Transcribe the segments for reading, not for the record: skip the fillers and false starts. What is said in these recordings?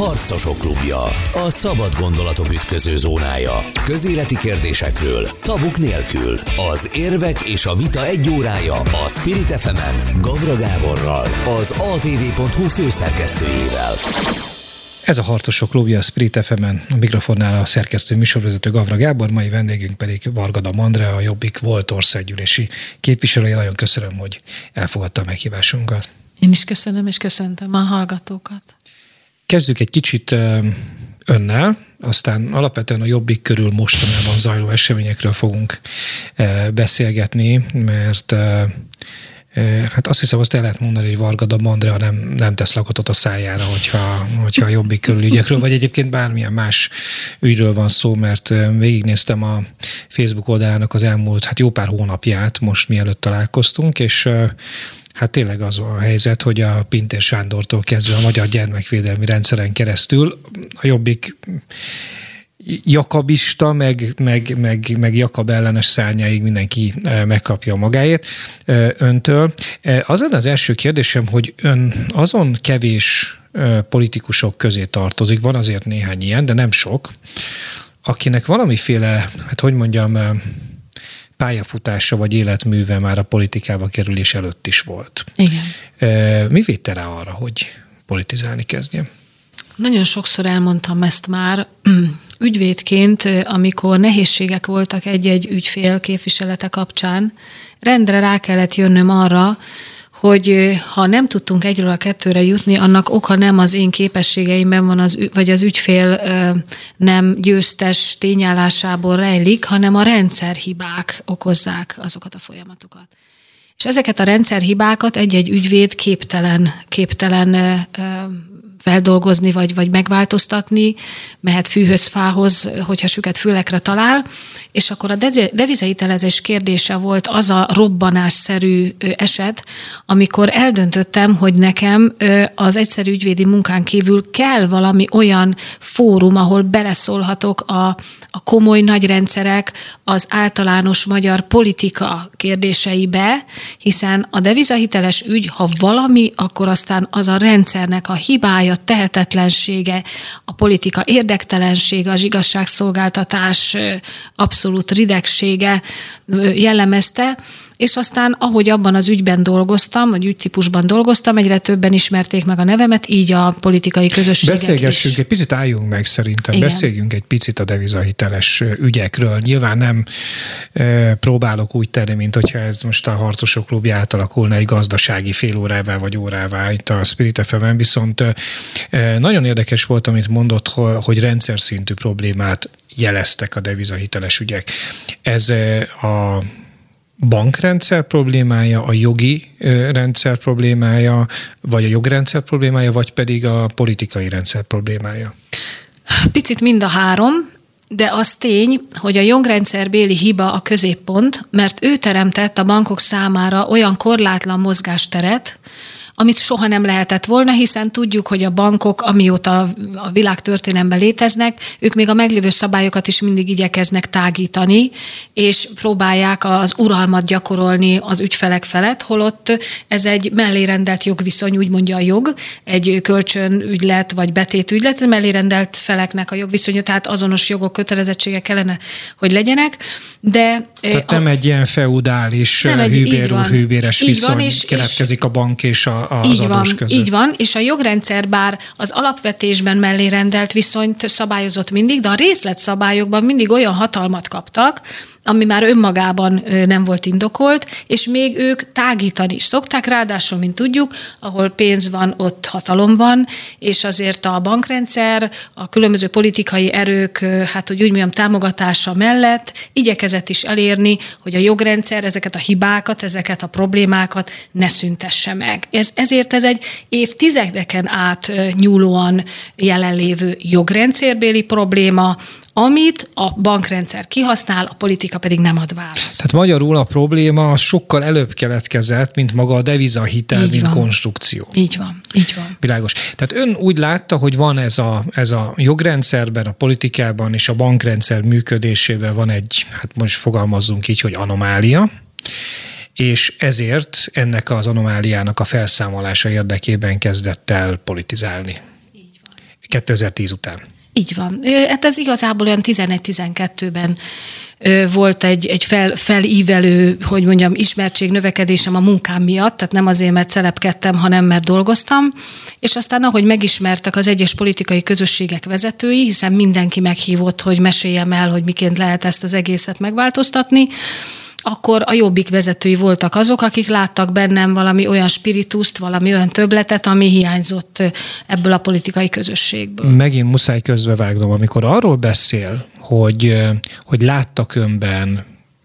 Harcosok klubja. A szabad gondolatok ütköző zónája. Közéleti kérdésekről, tabuk nélkül. Az érvek és a vita egy órája a Spirit FM-en Gavra Gáborral, az ATV.hu főszerkesztőjével. Ez a Harcosok klubja a Spirit FM-en, a mikrofonnál a szerkesztő műsorvezető Gavra Gábor, mai vendégünk pedig Vargada Mandrea, a Jobbik volt országgyűlési képviselője. Nagyon köszönöm, hogy elfogadta a meghívásunkat. Én is köszönöm, és köszöntöm a hallgatókat. Kezdjük egy kicsit önnel, aztán alapvetően a Jobbik körül mostanában zajló eseményekről fogunk beszélgetni, mert hát azt hiszem, azt el lehet mondani, hogy Vargada Mandrea nem tesz lakatot a szájára, hogyha a Jobbik körül ügyekről, vagy egyébként bármilyen más ügyről van szó, mert végignéztem a Facebook oldalának az elmúlt jó pár hónapját, most mielőtt találkoztunk, és hát tényleg az a helyzet, hogy a Pintér Sándortól kezdve a Magyar Gyermekvédelmi Rendszeren keresztül a Jobbik jakabista, meg Jakab ellenes szárnyáig mindenki megkapja magáét öntől. Az lenne az első kérdésem, hogy ön azon kevés politikusok közé tartozik, van azért néhány ilyen, de nem sok, akinek valamiféle, pályafutása vagy életműve már a politikába kerülés előtt is volt. Igen. Mi vitte rá arra, hogy politizálni kezdjen? Nagyon sokszor elmondtam ezt már ügyvédként, amikor nehézségek voltak egy-egy ügyfél képviselete kapcsán, rendre rá kellett jönnöm arra, hogy ha nem tudtunk egyről a kettőre jutni, annak oka nem az én képességeimben van, vagy az ügyfél nem győztes tényállásából rejlik, hanem a rendszerhibák okozzák azokat a folyamatokat. És ezeket a rendszerhibákat egy-egy ügyvéd képtelen feldolgozni, vagy megváltoztatni, mehet fűhöz, fához, hogyha süket fülekre talál, és akkor a devizahitelezés kérdése volt az a robbanásszerű eset, amikor eldöntöttem, hogy nekem az egyszerű ügyvédi munkán kívül kell valami olyan fórum, ahol beleszólhatok a komoly nagyrendszerek, az általános magyar politika kérdéseibe, hiszen a devizahiteles ügy, ha valami, akkor aztán az a rendszernek a hibája, tehetetlensége, a politika érdektelensége, az igazságszolgáltatás abszolút ridegsége jellemezte, és aztán, ahogy abban az ügyben dolgoztam, vagy ügytípusban dolgoztam, egyre többen ismerték meg a nevemet, így a politikai közösségek Beszélgessünk is. egy picit, álljunk meg szerintem. Igen. Beszéljünk egy picit a devizahiteles ügyekről. Nyilván nem próbálok úgy tenni, mint hogyha ez most a Harcosok klubja átalakulna egy gazdasági fél órává vagy órává itt a Spirit FM-en, viszont nagyon érdekes volt, amit mondott, hogy rendszer szintű problémát jeleztek a devizahiteles ügyek. Ez a bankrendszer problémája, a jogi rendszer problémája, vagy a jogrendszer problémája, vagy pedig a politikai rendszer problémája? Picit mind a három, de az tény, hogy a jogrendszerbéli hiba a középpont, mert ő teremtett a bankok számára olyan korlátlan mozgásteret, amit soha nem lehetett volna, hiszen tudjuk, hogy a bankok, amióta a világtörténelemben léteznek, ők még a meglévő szabályokat is mindig igyekeznek tágítani, és próbálják az uralmat gyakorolni az ügyfelek felett, holott ez egy mellérendelt jogviszony, úgy mondja a jog, egy kölcsönügylet vagy betétügylet, mellérendelt feleknek a jogviszonya, tehát azonos jogok, kötelezettségek kellene, hogy legyenek, de... Tehát nem egy ilyen feudális hűbéres viszony keletkezik a bank és az adós között. Így van, és a jogrendszer bár az alapvetésben mellérendelt viszonyt szabályozott mindig, de a részletszabályokban mindig olyan hatalmat kaptak, ami már önmagában nem volt indokolt, és még ők tágítani is szokták, ráadásul, mint tudjuk, ahol pénz van, ott hatalom van, és azért a bankrendszer, a különböző politikai erők, hogy úgy mondjam, támogatása mellett igyekezett is elérni, hogy a jogrendszer ezeket a hibákat, ezeket a problémákat ne szüntesse meg. Ezért ez egy évtizedeken át nyúlóan jelenlévő jogrendszerbéli probléma, amit a bankrendszer kihasznál, a politika pedig nem ad választ. Tehát magyarul a probléma sokkal előbb keletkezett, mint maga a devizahitel, mint konstrukció. Így van, így van. Világos. Tehát ön úgy látta, hogy van ez a jogrendszerben, a politikában és a bankrendszer működésében van egy, most fogalmazzunk így, hogy anomália, és ezért ennek az anomáliának a felszámolása érdekében kezdett el politizálni. 2010 után. Így van. Hát ez igazából olyan 11-12-ben volt egy felívelő, hogy mondjam, ismertségnövekedésem a munkám miatt, tehát nem azért, mert szelepkedtem, hanem mert dolgoztam, és aztán ahogy megismertek az egyes politikai közösségek vezetői, hiszen mindenki meghívott, hogy meséljem el, hogy miként lehet ezt az egészet megváltoztatni, akkor a Jobbik vezetői voltak azok, akik láttak bennem valami olyan spirituszt, valami olyan többletet, ami hiányzott ebből a politikai közösségből. Megint muszáj közbevágnom, amikor arról beszél, hogy láttak önben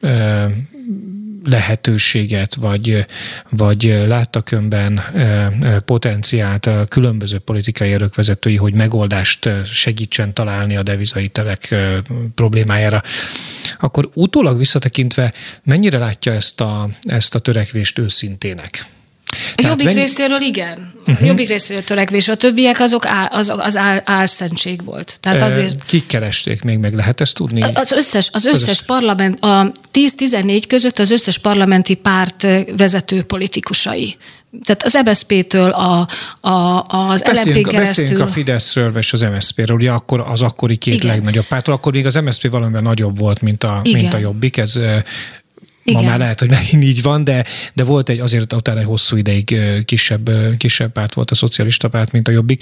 lehetőséget, vagy láttak önben potenciált a különböző politikai erők vezetői, hogy megoldást segítsen találni a devizahitelek problémájára, akkor utólag visszatekintve mennyire látja ezt a törekvést őszintének? A Jobbik részéről igen. A Jobbik részéről törekvés. A többiek az álszentség volt. Tehát azért... Kik keresték még, meg lehet ezt tudni? Az összes parlament, a 10-14 között az összes parlamenti párt vezető politikusai. Tehát az MSZP-től az LMP keresztül... Beszéljünk a Fideszről és az MSZP-ről, ugye akkor az akkori két legnagyobb pártól, akkor még az MSZP valamivel nagyobb volt, mint a Jobbik, ez... Ma már lehet, hogy megint így van, de volt azért utána egy hosszú ideig kisebb párt volt a szocialista párt, mint a Jobbik.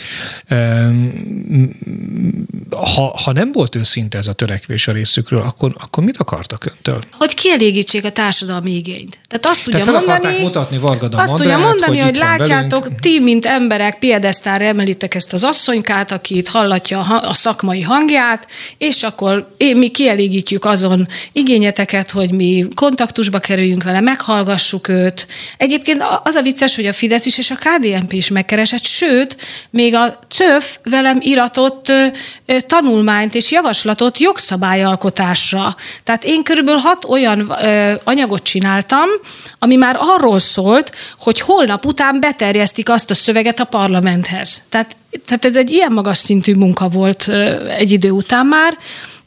Ha nem volt őszinte ez a törekvés a részükről, akkor mit akartak öntől? Hogy kielégítsék a társadalmi igényt. Tehát azt tudja mutatni Varga azt tudja mondani, hogy látjátok, ti, mint emberek, piedesztára emelitek ezt az asszonykát, aki itt hallatja a szakmai hangját, és akkor mi kielégítjük azon igényeteket, hogy mi kontaktusba kerüljünk vele, meghallgassuk őt. Egyébként az a vicces, hogy a Fidesz is és a KDNP is megkeresett, sőt, még a CÖF velem iratott tanulmányt és javaslatot jogszabályalkotásra. Tehát én körülbelül 6 olyan anyagot csináltam, ami már arról szólt, hogy holnap után beterjesztik azt a szöveget a parlamenthez. Tehát ez egy ilyen magas szintű munka volt egy idő után már,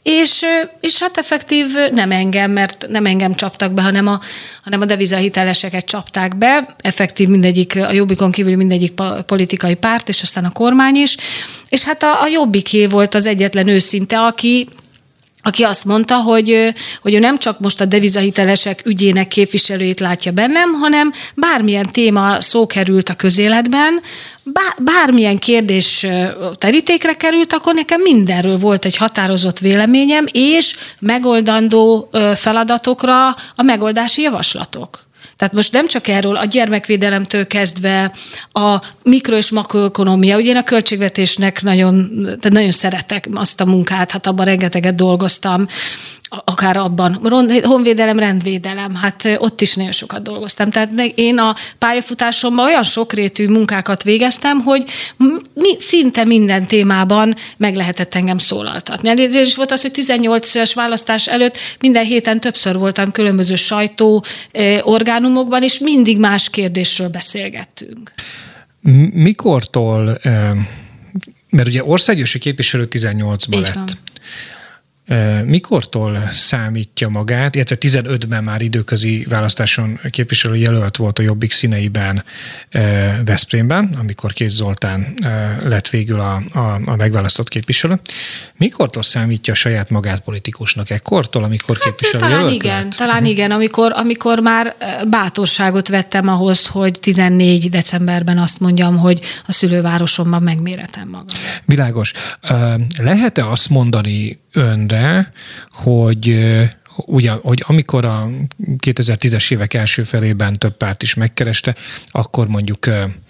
és hát effektív nem engem, mert nem engem csaptak be, hanem a devizahiteleseket csapták be, effektív mindegyik, a Jobbikon kívül mindegyik politikai párt, és aztán a kormány is. És hát a Jobbiké volt az egyetlen őszinte, aki azt mondta, hogy ő nem csak most a devizahitelesek ügyének képviselőjét látja bennem, hanem bármilyen téma szó került a közéletben, bármilyen kérdés terítékre került, akkor nekem mindenről volt egy határozott véleményem, és megoldandó feladatokra a megoldási javaslatok. Tehát most nem csak erről, a gyermekvédelemtől kezdve a mikro- és makroökonomia, ugye én a költségvetésnek nagyon szeretek azt a munkát, hát abban rengeteget dolgoztam, akár abban. Honvédelem, rendvédelem, hát ott is nagyon sokat dolgoztam. Tehát én a pályafutásomban olyan sokrétű munkákat végeztem, hogy szinte minden témában meg lehetett engem szólaltatni. Ezért is volt az, hogy 18-es választás előtt minden héten többször voltam különböző sajtó orgánumokban, és mindig más kérdésről beszélgettünk. Mikortól, mert ugye országgyűlési képviselő 18-ban lett. Van. Mikortól számítja magát, illetve 15-ben már időközi választáson képviselőjelölt volt a Jobbik színeiben Veszprémben, amikor Kéz Zoltán lett végül a megválasztott képviselő. Mikortól számítja saját magát politikusnak? Ekkortól, amikor képviselőjelölt lett? Talán igen, amikor már bátorságot vettem ahhoz, hogy 14 decemberben azt mondjam, hogy a szülővárosomban megméretem magam. Világos. Lehet-e azt mondani önre, hogy amikor a 2010-es évek első felében több párt is megkereste, akkor mondjuk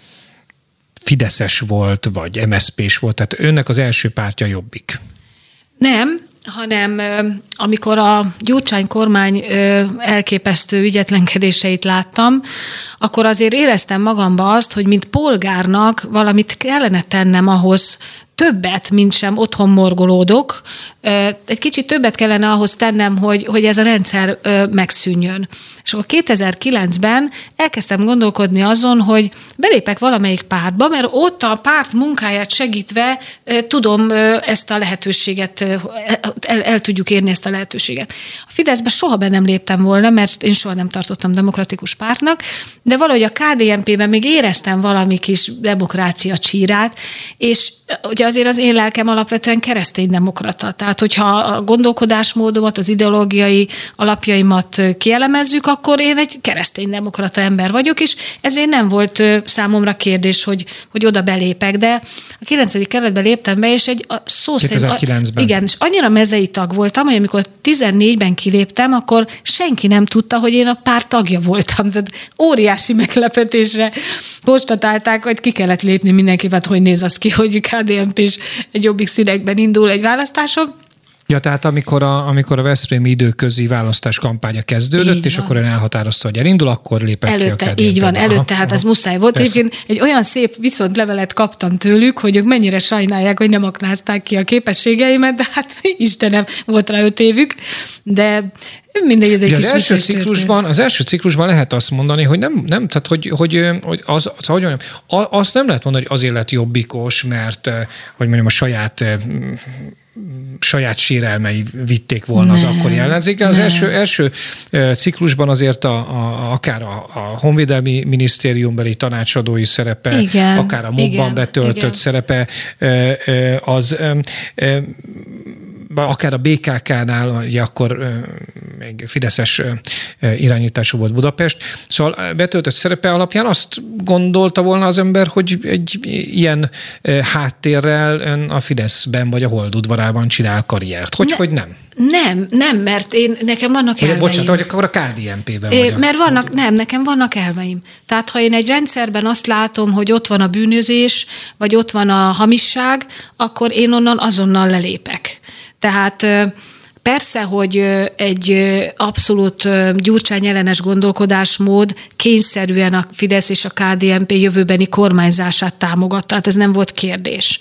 fideszes volt, vagy MSZP-s volt, tehát önnek az első pártja Jobbik? Nem, hanem amikor a Gyurcsány kormány elképesztő ügyetlenkedéseit láttam, akkor azért éreztem magamba azt, hogy mint polgárnak valamit kellene tennem ahhoz, többet, mint sem otthon morgolódok. Egy kicsit többet kellene ahhoz tennem, hogy ez a rendszer megszűnjön. És akkor 2009-ben elkezdtem gondolkodni azon, hogy belépek valamelyik pártba, mert ott a párt munkáját segítve tudom ezt a lehetőséget, el tudjuk érni ezt a lehetőséget. A Fideszbe soha be nem léptem volna, mert én soha nem tartottam demokratikus pártnak, de valahogy a KDNP-ben még éreztem valami kis demokrácia csírát, és ugye azért az én lelkem alapvetően kereszténydemokrata. Tehát, hogyha a gondolkodásmódomat, az ideológiai alapjaimat kielemezzük, akkor én egy kereszténydemokrata ember vagyok, és ezért nem volt számomra kérdés, hogy oda belépek. De a 9. kerületbe léptem be, és egy szó szerint... 2009-ben. Igen, és annyira mezei tag voltam, hogy amikor 14-ben kiléptem, akkor senki nem tudta, hogy én a párt tagja voltam. Tehát óriási meglepetésre konstatálták, hogy ki kellett lépni mindenképpen, hogy néz az ki, hogy KDNP is egy Jobbik színekben indul egy választáson. Ja, tehát amikor a veszprémi időközi választás kampánya kezdődött, és akkor ön elhatározta, hogy elindul, akkor lépett előtte, ki a KDNP-ben. Így van, előtte, hát ez muszáj volt. Egyébként egy olyan szép viszontlevelet kaptam tőlük, hogy ők mennyire sajnálják, hogy nem aknázták ki a képességeimet, de hát Istenem, volt rá 5 évük, de mindegy, ez egy kis az első ciklusban lehet azt mondani, hogy nem tehát hogy azt nem lehet mondani, hogy azért lett jobbikos, mert hogy mondjam, a saját sérelmei vitték volna az akkori ellenzékkel. Az első ciklusban azért akár a Honvédelmi Minisztériumbeli tanácsadói szerepe, igen, akár a MOB-ban betöltött szerepe, az akár a BKK-nál, akkor még fideszes irányítású volt Budapest. Szóval betöltött szerepe alapján azt gondolta volna az ember, hogy egy ilyen háttérrel ön a Fideszben vagy a Holdudvarában csinál karriert. Hogy nem? Nem, mert nekem vannak elveim. Bocsánat, hogy akkor a KDNP-ben vagy. Mert nekem vannak elveim. Tehát ha én egy rendszerben azt látom, hogy ott van a bűnözés, vagy ott van a hamisság, akkor én onnan azonnal lelépek. Tehát persze, hogy egy abszolút Gyurcsány ellenes gondolkodásmód kényszerűen a Fidesz és a KDNP jövőbeni kormányzását támogatta, tehát ez nem volt kérdés.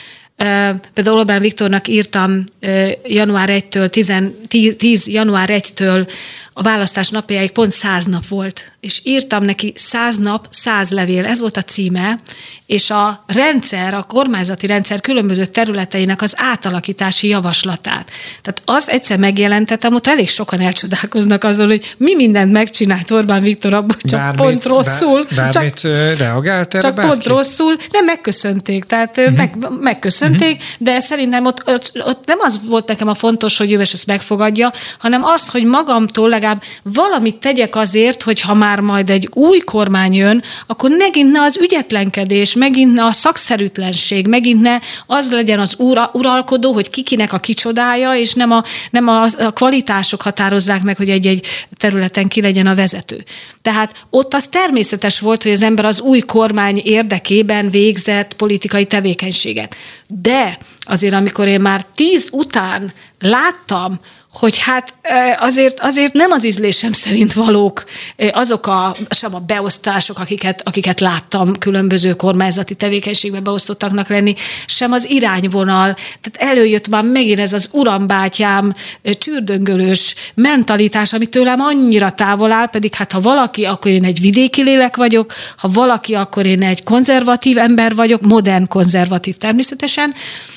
Például Orbán Viktornak írtam január 1-től, 10 január 1-től a választás napjáig pont 100 nap volt, és írtam neki 100 nap, 100 levél, ez volt a címe, és a rendszer, a kormányzati rendszer különböző területeinek az átalakítási javaslatát. Tehát azt egyszer megjelentettem, ott elég sokan elcsodálkoznak azon, hogy mi mindent megcsinált Orbán Viktor abban, csak pont rosszul. Bármit reagált erre csak bárki? Pont rosszul, nem megköszönték, tehát megköszönték, de szerintem ott nem az volt nekem a fontos, hogy ő ezt megfogadja, hanem az, hogy magamtól legalább valamit tegyek azért, hogy ha már majd egy új kormány jön, akkor megint ne az ügyetlenkedés, megint ne a szakszerűtlenség, megint ne az legyen az uralkodó, hogy kikinek a kicsodája, és nem a kvalitások határozzák meg, hogy egy területen ki legyen a vezető. Tehát ott az természetes volt, hogy az ember az új kormány érdekében végzett politikai tevékenységet. De azért, amikor én már 10 után láttam, hogy hát azért nem az ízlésem szerint valók azok sem a beosztások, akiket láttam különböző kormányzati tevékenységben beosztottaknak lenni, sem az irányvonal. Tehát előjött már megint ez az urambátyám csürdöngölős mentalitás, ami tőlem annyira távol áll, pedig hát ha valaki, akkor én egy vidéki lélek vagyok, ha valaki, akkor én egy konzervatív ember vagyok, modern konzervatív természetesen,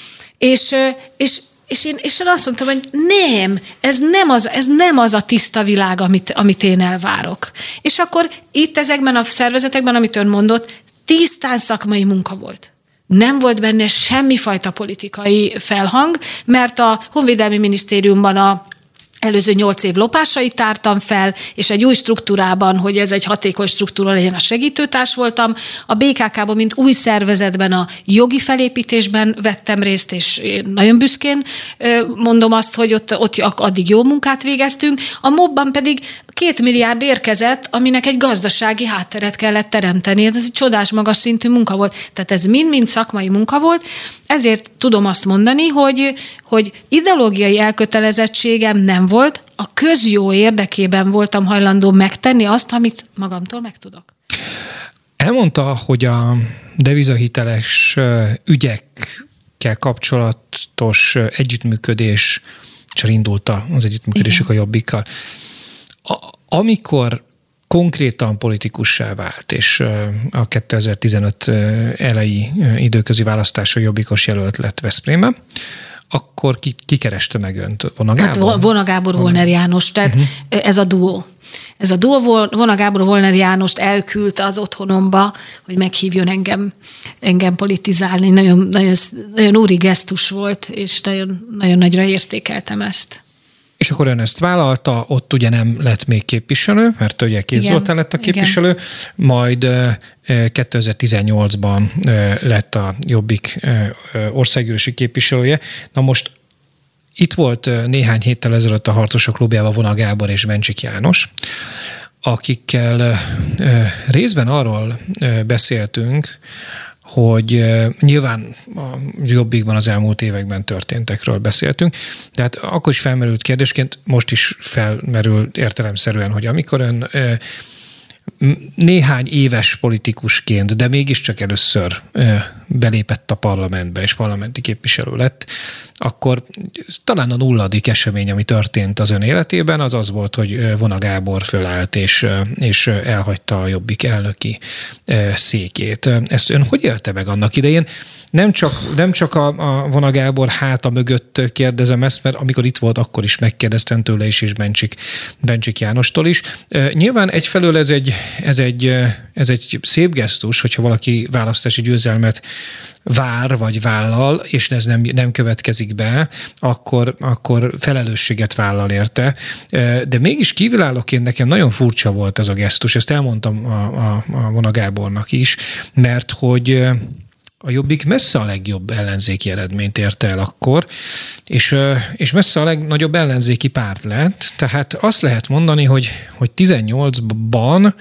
és én azt mondtam, hogy nem, ez nem az a tiszta világ, amit én elvárok. És akkor itt ezekben a szervezetekben, amit ön mondott, tisztán szakmai munka volt. Nem volt benne semmifajta politikai felhang, mert a Honvédelmi Minisztériumban előző 8 év lopásait tártam fel, és egy új struktúrában, hogy ez egy hatékony struktúra legyen, a segítőtárs voltam. A BKK-ban, mint új szervezetben a jogi felépítésben vettem részt, és én nagyon büszkén mondom azt, hogy ott addig jó munkát végeztünk. A MOB-ban pedig 2 milliárd érkezett, aminek egy gazdasági hátteret kellett teremteni. Ez egy csodás magas szintű munka volt. Tehát ez mind-mind szakmai munka volt. Ezért tudom azt mondani, hogy ideológiai elkötelezettségem nem volt, a közjó érdekében voltam hajlandó megtenni azt, amit magamtól megtudok. Elmondta, hogy a devizahiteles ügyekkel kapcsolatos együttműködés, és indult az együttműködésük a Jobbikkal. Amikor konkrétan politikussá vált, és a 2015 elejé időközi választáson jobbikos jelölt lett Veszprémben, akkor ki kereste meg önt? Vona Gábor? Hát Vona Gábor, Volner János, tehát ez a duó. Ez a duó, Vona Gábor Volner Jánost elküldte az otthonomba, hogy meghívjon engem politizálni. Nagyon, nagyon, nagyon úri gesztus volt, és nagyon, nagyon nagyra értékeltem ezt. És akkor ön ezt vállalta, ott ugye nem lett még képviselő, mert ugye Kéz Zoltán lett a képviselő, igen. Majd 2018-ban lett a Jobbik országgyűlési képviselője. Na most itt volt néhány héttel ezelőtt a Harcosok Klubjában Vona Gábor és Bencsik János, akikkel részben arról beszéltünk, hogy nyilván a Jobbikban az elmúlt években történtekről beszéltünk, de hát akkor is felmerült kérdésként, most is felmerül értelemszerűen, hogy amikor ön néhány éves politikusként, de mégiscsak először belépett a parlamentbe, és parlamenti képviselő lett, akkor talán a nulladik esemény, ami történt az ön életében, az volt, hogy Vona Gábor fölállt, és elhagyta a Jobbik elnöki székét. Ezt ön hogy élte meg annak idején? Nem csak a Vona Gábor háta mögött kérdezem ezt, mert amikor itt volt, akkor is megkérdeztem tőle is, és Bencsik Jánostól is. Nyilván egyfelől ez egy szép gesztus, hogyha valaki választási győzelmet vár vagy vállal, és ez nem következik be, akkor felelősséget vállal érte. De mégis kívülállóként nekem nagyon furcsa volt ez a gesztus, ezt elmondtam a Vona Gábornak is, mert hogy a Jobbik messze a legjobb ellenzéki eredményt érte el akkor, és messze a legnagyobb ellenzéki párt lett. Tehát azt lehet mondani, hogy 18-ban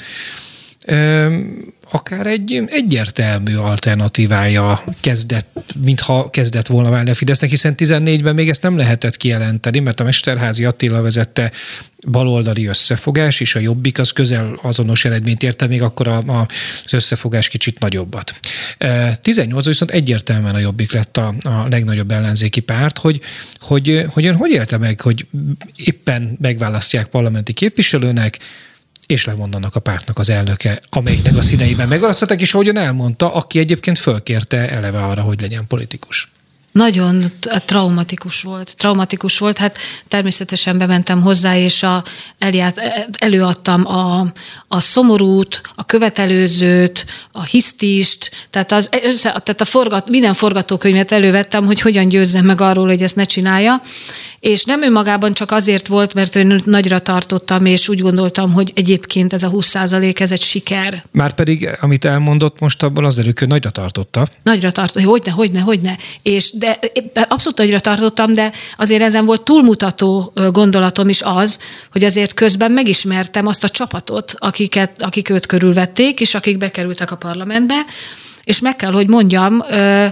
akár egy egyértelmű alternatívája mintha kezdett volna válni a Fidesznek, hiszen 14-ben még ezt nem lehetett kijelenteni, mert a Mesterházy Attila vezette baloldali összefogás, és a Jobbik az közel azonos eredményt érte, még akkor az összefogás kicsit nagyobbat. 18-ban viszont egyértelműen a Jobbik lett a legnagyobb ellenzéki párt, hogy ön hogy élte meg, hogy éppen megválasztják parlamenti képviselőnek, és lemondanak a pártnak az elnöke, amelyiknek a színeiben megválasztották, és ahogyan elmondta, aki egyébként fölkérte eleve arra, hogy legyen politikus. Nagyon traumatikus volt. Hát természetesen bementem hozzá, és előadtam a szomorút, a követelőzőt, a hisztist, tehát minden forgatókönyvet elővettem, hogy hogyan győzzem meg arról, hogy ezt ne csinálja. És nem önmagában csak azért volt, mert én nagyra tartottam, és úgy gondoltam, hogy egyébként ez a 20% ez egy siker. Márpedig, amit elmondott most abban az derül, hogy nagyra tartotta. Nagyra tartotta, hogyne. De abszolút nagyra tartottam, de azért ezen volt túlmutató gondolatom is az, hogy azért közben megismertem azt a csapatot, akik őt körülvették, és akik bekerültek a parlamentbe, és meg kell, hogy mondjam,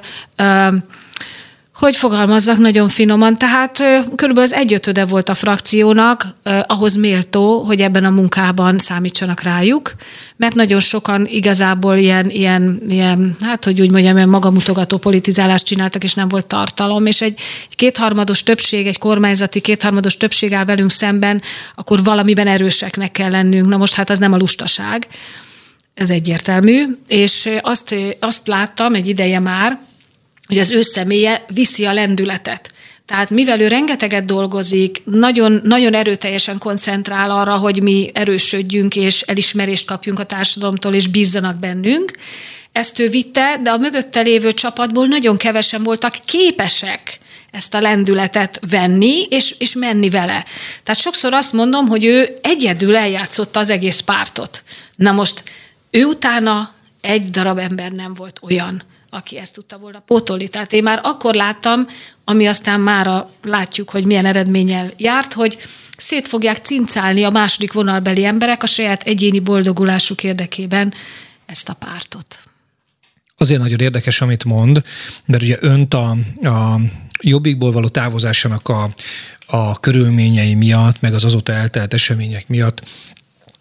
hogy fogalmazzak nagyon finoman, tehát körülbelül az 1/5 volt a frakciónak ahhoz méltó, hogy ebben a munkában számítsanak rájuk, mert nagyon sokan igazából ilyen hát hogy úgy mondjam, ilyen magamutogató politizálást csináltak, és nem volt tartalom, és egy kétharmados többség, egy kormányzati kétharmados többség áll velünk szemben, akkor valamiben erőseknek kell lennünk. Na most hát az nem a lustaság, ez egyértelmű, és azt láttam egy ideje már, hogy az ő személye viszi a lendületet. Tehát mivel ő rengeteget dolgozik, nagyon, nagyon erőteljesen koncentrál arra, hogy mi erősödjünk, és elismerést kapjunk a társadalomtól, és bízzanak bennünk, ezt ő vitte, de a mögötte lévő csapatból nagyon kevesen voltak képesek ezt a lendületet venni, és menni vele. Tehát sokszor azt mondom, hogy ő egyedül eljátszotta az egész pártot. Na most ő utána egy darab ember nem volt olyan, aki ezt tudta volna pótolni. Tehát én már akkor láttam, ami aztán mára látjuk, hogy milyen eredménnyel járt, hogy szét fogják cincálni a második vonalbeli emberek a saját egyéni boldogulásuk érdekében ezt a pártot. Azért nagyon érdekes, amit mond, mert ugye önt a Jobbikból való távozásának a körülményei miatt, meg az azóta eltelt események miatt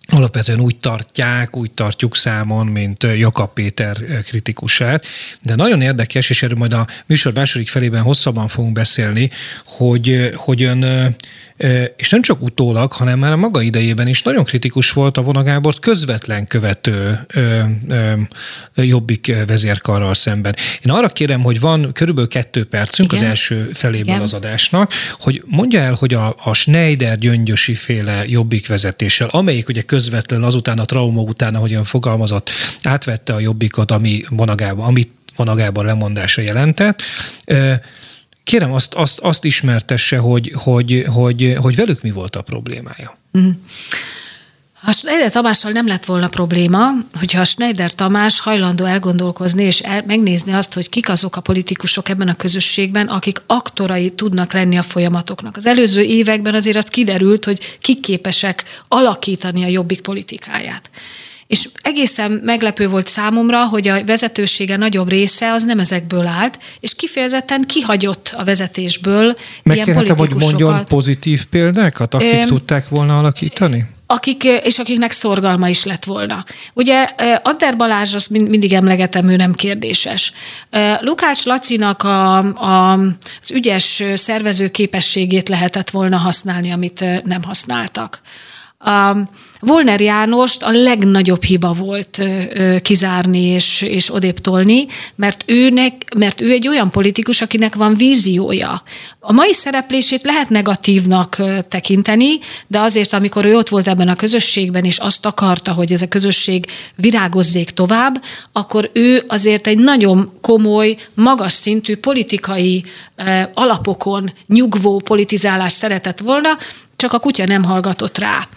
alapvetően úgy tartjuk számon, mint Jakab Péter kritikusát. De nagyon érdekes, és erről majd a műsor második felében hosszabban fogunk beszélni, hogy ön, és nem csak utólag, hanem már a maga idejében is nagyon kritikus volt a Vona Gábort közvetlen követő Jobbik vezérkarral szemben. Én arra kérem, hogy van körülbelül 2 percünk az első feléből az adásnak, hogy mondja el, hogy a Schneider-Gyöngyösi féle Jobbik vezetéssel, amelyik ugye közvetlenül azután a trauma után, ahogyan fogalmazott, átvette a Jobbikot, amit Vona Gábor lemondása jelentett. Kérem, azt ismertesse, hogy velük mi volt a problémája. A Schneider Tamással nem lett volna probléma, hogyha a Schneider Tamás hajlandó elgondolkozni és megnézni azt, hogy kik azok a politikusok ebben a közösségben, akik aktorai tudnak lenni a folyamatoknak. Az előző években azért azt kiderült, hogy kik képesek alakítani a Jobbik politikáját. És egészen meglepő volt számomra, hogy a vezetősége nagyobb része az nem ezekből állt, és kifejezetten kihagyott a vezetésből ilyen politikusokat. Hogy mondjon pozitív példákat, akik tudták volna alakítani? Akiknek szorgalma is lett volna. Ugye Ader Balázs, azt mindig emlegetem, ő nem kérdéses. Lukács Lacinak az ügyes szervező képességét lehetett volna használni, amit nem használtak. Volner Jánost a legnagyobb hiba volt kizárni és odébb tolni, mert ő egy olyan politikus, akinek van víziója. A mai szereplését lehet negatívnak tekinteni, de azért, amikor ő ott volt ebben a közösségben, és azt akarta, hogy ez a közösség virágozzék tovább, akkor ő azért egy nagyon komoly, magas szintű politikai alapokon nyugvó politizálást szeretett volna, csak a kutya nem hallgatott rá.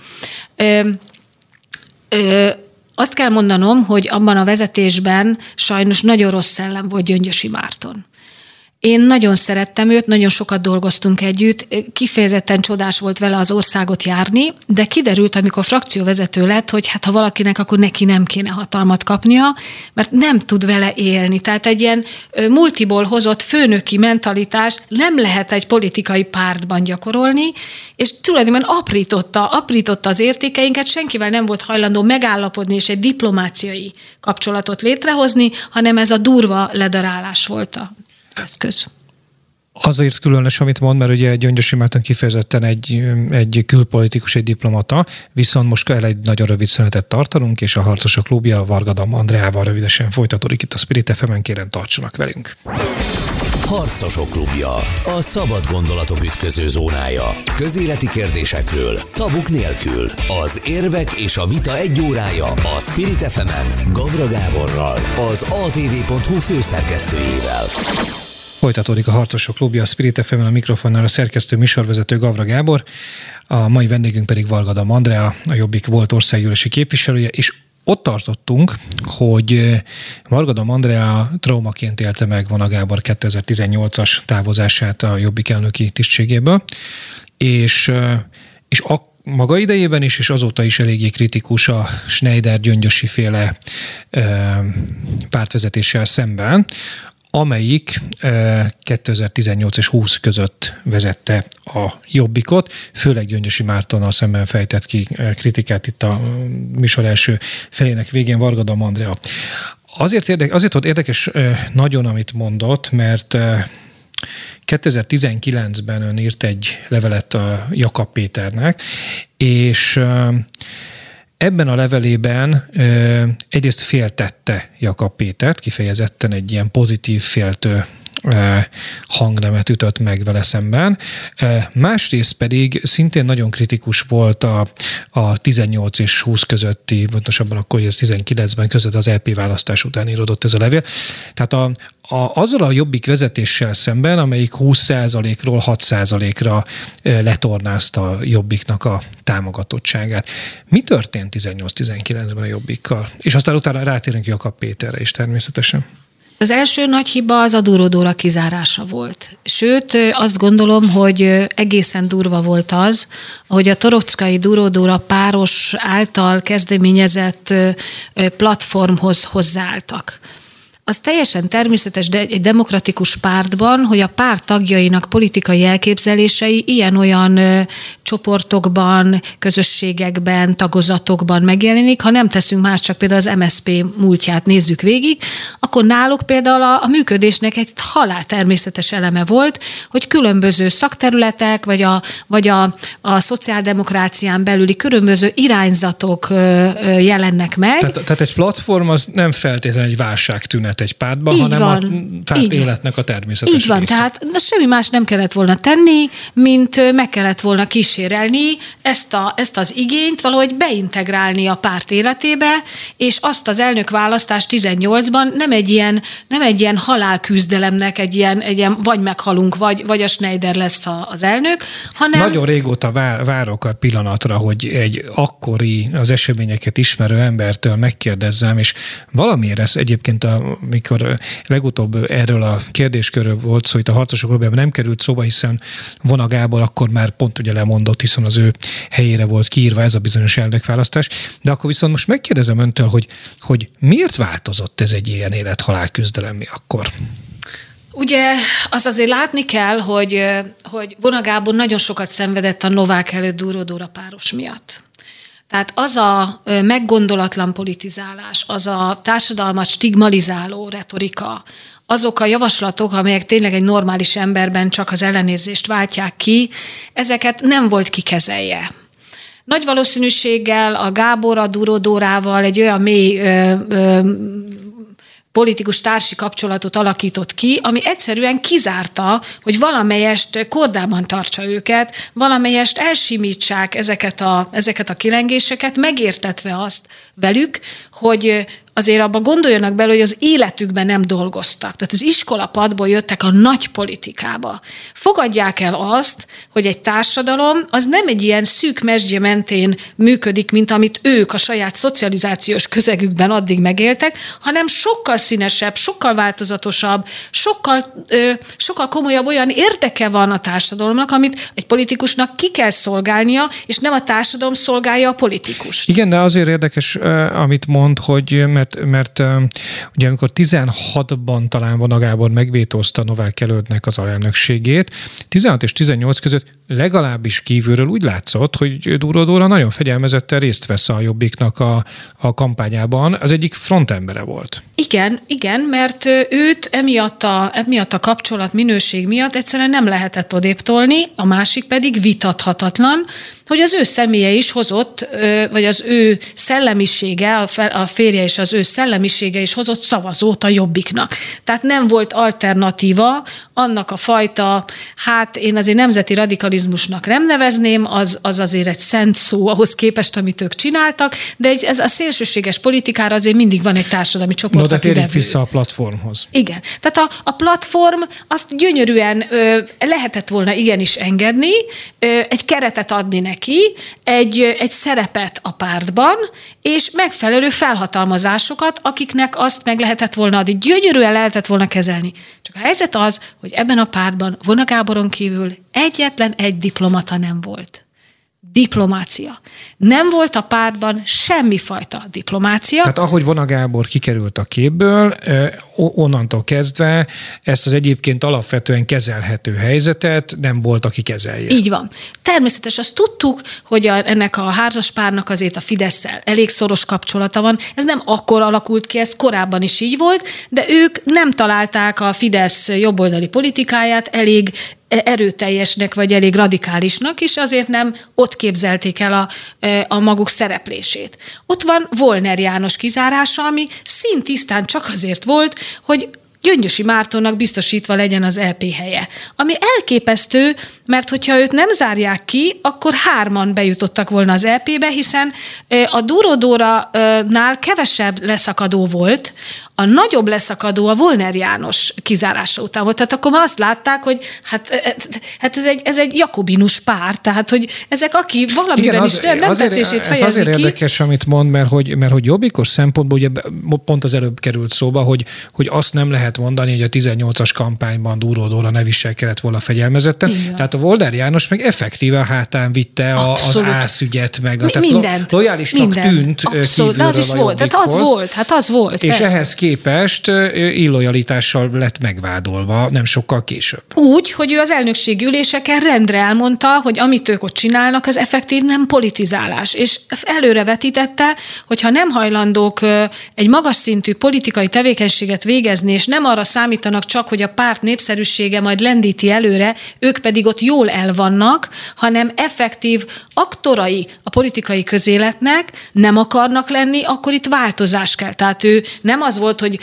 Azt kell mondanom, hogy abban a vezetésben sajnos nagyon rossz szellem volt Gyöngyösi Márton. Én nagyon szerettem őt, nagyon sokat dolgoztunk együtt, kifejezetten csodás volt vele az országot járni, de kiderült, amikor frakcióvezető lett, hogy hát ha valakinek, akkor neki nem kéne hatalmat kapnia, mert nem tud vele élni. Tehát egy ilyen multiból hozott főnöki mentalitás nem lehet egy politikai pártban gyakorolni, és tulajdonképpen aprította az értékeinket, senkivel nem volt hajlandó megállapodni és egy diplomáciai kapcsolatot létrehozni, hanem ez a durva ledarálás volt a eszköz. Azért különös, amit mond, mert ugye Gyöngyösi Márton kifejezetten egy külpolitikus, egy diplomata, viszont most kell egy nagyon rövid szünetet tartanunk, és a Harcosok Klubja Vargadam Andreával rövidesen folytatódik itt a Spirit FM-en, kérem tartsanak velünk. Harcosok Klubja, a szabad gondolatok ütköző zónája. Közéleti kérdésekről, tabuk nélkül. Az érvek és a vita egy órája a Spirit FM-en Gavra Gáborral, az ATV.hu főszerkesztőjével. Folytatódik a Harcosok Klubja, a Spirit FM-en, a mikrofonnál a szerkesztő műsorvezető Gavra Gábor, a mai vendégünk pedig Vargadam Andrea, a Jobbik volt országgyűlési képviselője, és ott tartottunk, hogy Vargadam Andrea traumaként élte meg Vona Gábor 2018-as távozását a Jobbik elnöki tisztségéből, és maga idejében is, és azóta is eléggé kritikus a Schneider-Gyöngyösi féle pártvezetéssel szemben, amelyik 2018 és 20 között vezette a Jobbikot, főleg Gyöngyösi Mártonnal szemben fejtett ki kritikát itt a műsor első felének végén Vargadam Andrea. Azért volt érdekes nagyon, amit mondott, mert 2019-ben ön írt egy levelet a Jakab Péternek, és ebben a levelében egyrészt féltette Jakab Pétert, kifejezetten egy ilyen pozitív féltő hangnemet ütött meg vele szemben. Másrészt pedig szintén nagyon kritikus volt a 18 és 20 közötti, pontosabban akkor, hogy 19-ben között az EP választás után íródott ez a levél. Tehát azzal a Jobbik vezetéssel szemben, amelyik 20%-ról 6%-ra letornázta a Jobbiknak a támogatottságát. Mi történt 18-19-ben a Jobbikkal? És aztán utána rátérünk Jakab Péterre is természetesen. Az első nagy hiba az a Dúró Dóra kizárása volt. Sőt, azt gondolom, hogy egészen durva volt az, hogy a Torockai Dúró Dóra páros által kezdeményezett platformhoz hozzáálltak. az teljesen természetes egy demokratikus pártban, hogy a párt tagjainak politikai elképzelései ilyen-olyan csoportokban, közösségekben, tagozatokban megjelenik. Ha nem teszünk más, csak például az MSZP múltját nézzük végig, akkor náluk például a működésnek egy halál természetes eleme volt, hogy különböző szakterületek, vagy a szociáldemokrácián belüli különböző irányzatok jelennek meg. Tehát egy platform az nem feltétlenül egy válságtünet egy pártban, így hanem van, a párt életnek a természetes így van, része. tehát semmi más nem kellett volna tenni, mint meg kellett volna kísérelni ezt az igényt valahogy beintegrálni a párt életébe, és azt az elnökválasztást 18-ban nem egy ilyen halálküzdelemnek, egy ilyen vagy meghalunk, vagy a Schneider lesz az elnök, hanem... Nagyon régóta várok a pillanatra, hogy egy akkori az eseményeket ismerő embertől megkérdezzem, és valamiért ez egyébként, amikor legutóbb erről a kérdéskörről volt szó, itt a Harcosok klubjában nem került szóba, hiszen Vona Gábor akkor már pont ugye lemondott, hiszen az ő helyére volt kiírva ez a bizonyos elnökválasztás, de akkor viszont most megkérdezem öntől, hogy miért változott ez egy ilyen élet-halál küzdelemmi akkor? Ugye az azért látni kell, hogy Vona Gábor nagyon sokat szenvedett a Novák előtt Dúró Dóra páros miatt. Tehát az a meggondolatlan politizálás, az a társadalmat stigmalizáló retorika, azok a javaslatok, amelyek tényleg egy normális emberben csak az ellenérzést váltják ki, ezeket nem volt ki kezelje. Nagy valószínűséggel a Gábor a Dúró Dórával egy olyan mély politikus társi kapcsolatot alakított ki, ami egyszerűen kizárta, hogy valamelyest kordában tartsa őket, valamelyest elsimítsák ezeket a kilengéseket, megértetve azt velük, hogy azért abba gondoljanak bele, hogy az életükben nem dolgoztak. Tehát az iskolapadból jöttek a nagy politikába. Fogadják el azt, hogy egy társadalom az nem egy ilyen szűk mesdje mentén működik, mint amit ők a saját szocializációs közegükben addig megéltek, hanem sokkal színesebb, sokkal változatosabb, sokkal komolyabb olyan érdeke van a társadalomnak, amit egy politikusnak ki kell szolgálnia, és nem a társadalom szolgálja a politikust. Igen, de azért érdekes, amit mond, hogy mert ugye amikor 16-ban talán Vona Gábor megvétózta Novák jelöltnek az alelnökségét, 16 és 18 között legalábbis kívülről úgy látszott, hogy Dúró Dóra nagyon fegyelmezetten részt vesz a Jobbiknak a kampányában, az egyik frontembere volt. Igen, mert őt emiatt a kapcsolat minőség miatt egyszerűen nem lehetett odébb tolni, a másik pedig vitathatatlan, hogy az ő személye is hozott, vagy az ő szellemisége, a férje és az ő szellemisége is hozott szavazót a Jobbiknak. Tehát nem volt alternatíva annak a fajta, hát én azért nemzeti radikalizmusnak nem nevezném, az azért egy szent szó ahhoz képest, amit ők csináltak, de ez a szélsőséges politikára azért mindig van egy társadalmi csoport, de térjünk vissza a platformhoz. Igen. Tehát a platform azt gyönyörűen lehetett volna igenis engedni, egy keretet adni neki, egy szerepet a pártban, és megfelelő felhatalmazásokat, akiknek azt meg lehetett volna adni. Gyönyörűen lehetett volna kezelni. Csak a helyzet az, hogy ebben a pártban Vona Gáboron kívül egyetlen egy diplomata nem volt. Diplomácia. Nem volt a pártban semmifajta diplomácia. Tehát ahogy Vona Gábor kikerült a képből, onnantól kezdve ezt az egyébként alapvetően kezelhető helyzetet nem volt, aki kezelje. Így van. Természetes, azt tudtuk, hogy ennek a házaspárnak azért a Fidesszel elég szoros kapcsolata van. Ez nem akkor alakult ki, ez korábban is így volt, de ők nem találták a Fidesz jobboldali politikáját elég erőteljesnek, vagy elég radikálisnak, és azért nem ott képzelték el a maguk szereplését. Ott van Volner János kizárása, ami szintisztán csak azért volt, hogy Gyöngyösi Mártonnak biztosítva legyen az EP helye. Ami elképesztő, mert hogyha őt nem zárják ki, akkor 3 bejutottak volna az EP-be, hiszen a Dúró Dóra-nál kevesebb leszakadó volt, a nagyobb leszakadó a Volner János kizárása után volt. Tehát akkor azt látták, hogy hát ez egy jakobinus pár, tehát hogy ezek, aki valamiben is nem tetszését fejezi ki. Ez azért érdekes, amit mond, mert hogy jobbikos szempontból, ugye pont az előbb került szóba, hogy azt nem lehet lehet mondani, hogy a 18-as kampányban Dúró Dóra ne visel kellett volna fegyelmezetten. Igen. Tehát a Volder János meg effektíve hátán vitte az ászügyet, meg mindent, lojálisnak tűnt kívülről de az is volt, tehát az volt. És persze. Ehhez képest illojalitással lett megvádolva nem sokkal később. Úgy, hogy ő az elnökségi üléseken rendre elmondta, hogy amit ők ott csinálnak, az effektív nem politizálás. És előrevetítette, hogyha nem hajlandók egy magas szintű politikai tevékenységet végezni, és nem arra számítanak csak, hogy a párt népszerűsége majd lendíti előre, ők pedig ott jól elvannak, hanem effektív aktorai a politikai közéletnek nem akarnak lenni, akkor itt változás kell. Tehát ő nem az volt, hogy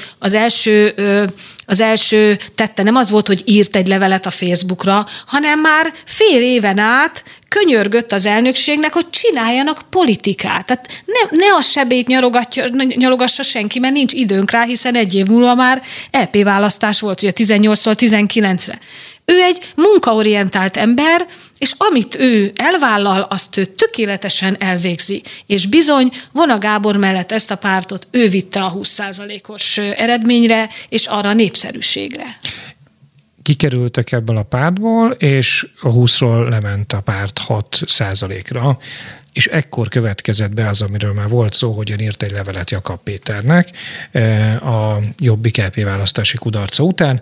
az első tette nem az volt, hogy írt egy levelet a Facebookra, hanem már fél éven át könyörgött az elnökségnek, hogy csináljanak politikát. Tehát ne a sebét nyalogassa senki, mert nincs időnk rá, hiszen egy év múlva már EP választás volt, ugye 18-tól 19-re. Ő egy munkaorientált ember, és amit ő elvállal, azt ő tökéletesen elvégzi. És bizony, Vona Gábor mellett ezt a pártot ő vitte a 20%-os eredményre, és arra a népszerűségre. Kikerültek ebből a pártból, és a 20-ról lement a párt 6%-ra, és ekkor következett be az, amiről már volt szó, hogy ön írt egy levelet Jakab Péternek a Jobbik LP választási kudarca után.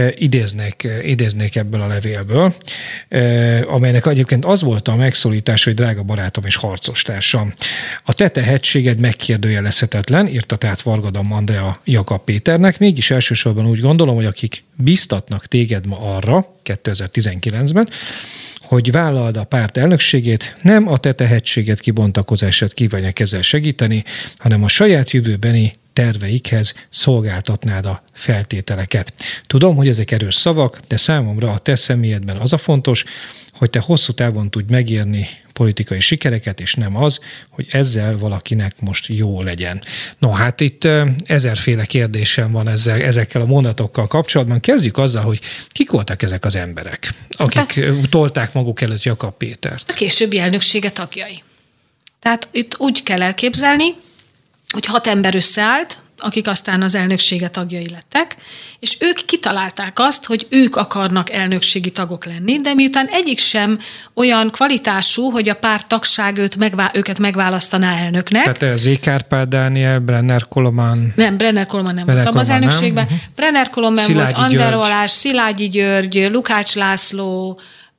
Idéznék ebből a levélből, amelynek egyébként az volt a megszólítás, hogy drága barátom és harcostársam, a te tehetséged megkérdőjelezhetetlen, írta tehát Vargadam Andrea Jakab Péternek, mégis elsősorban úgy gondolom, hogy akik biztatnak téged ma arra, 2019-ben, hogy vállald a párt elnökségét, nem a te tehetséged kibontakozását kívánják ezzel segíteni, hanem a saját jövőbeni terveikhez szolgáltatnád a feltételeket. Tudom, hogy ezek erős szavak, de számomra a te személyedben az a fontos, hogy te hosszú távon tudj megérni politikai sikereket, és nem az, hogy ezzel valakinek most jó legyen. No, hát itt ezerféle kérdésem van ezekkel a mondatokkal kapcsolatban. Kezdjük azzal, hogy kik voltak ezek az emberek, akik tolták maguk előtt Jakab Pétert. A későbbi elnöksége tagjai. Tehát itt úgy kell elképzelni, hogy 6 ember összeállt, akik aztán az elnöksége tagjai lettek, és ők kitalálták azt, hogy ők akarnak elnökségi tagok lenni, de miután egyik sem olyan kvalitású, hogy a párt tagság őket megválasztaná elnöknek. Tehát Z. Kárpád Dániel, Brenner Koloman. Nem, Brenner Koloman nem volt az elnökségben. Nem. Brenner Koloman volt, Ander Balázs, Szilágyi György, Lukács László,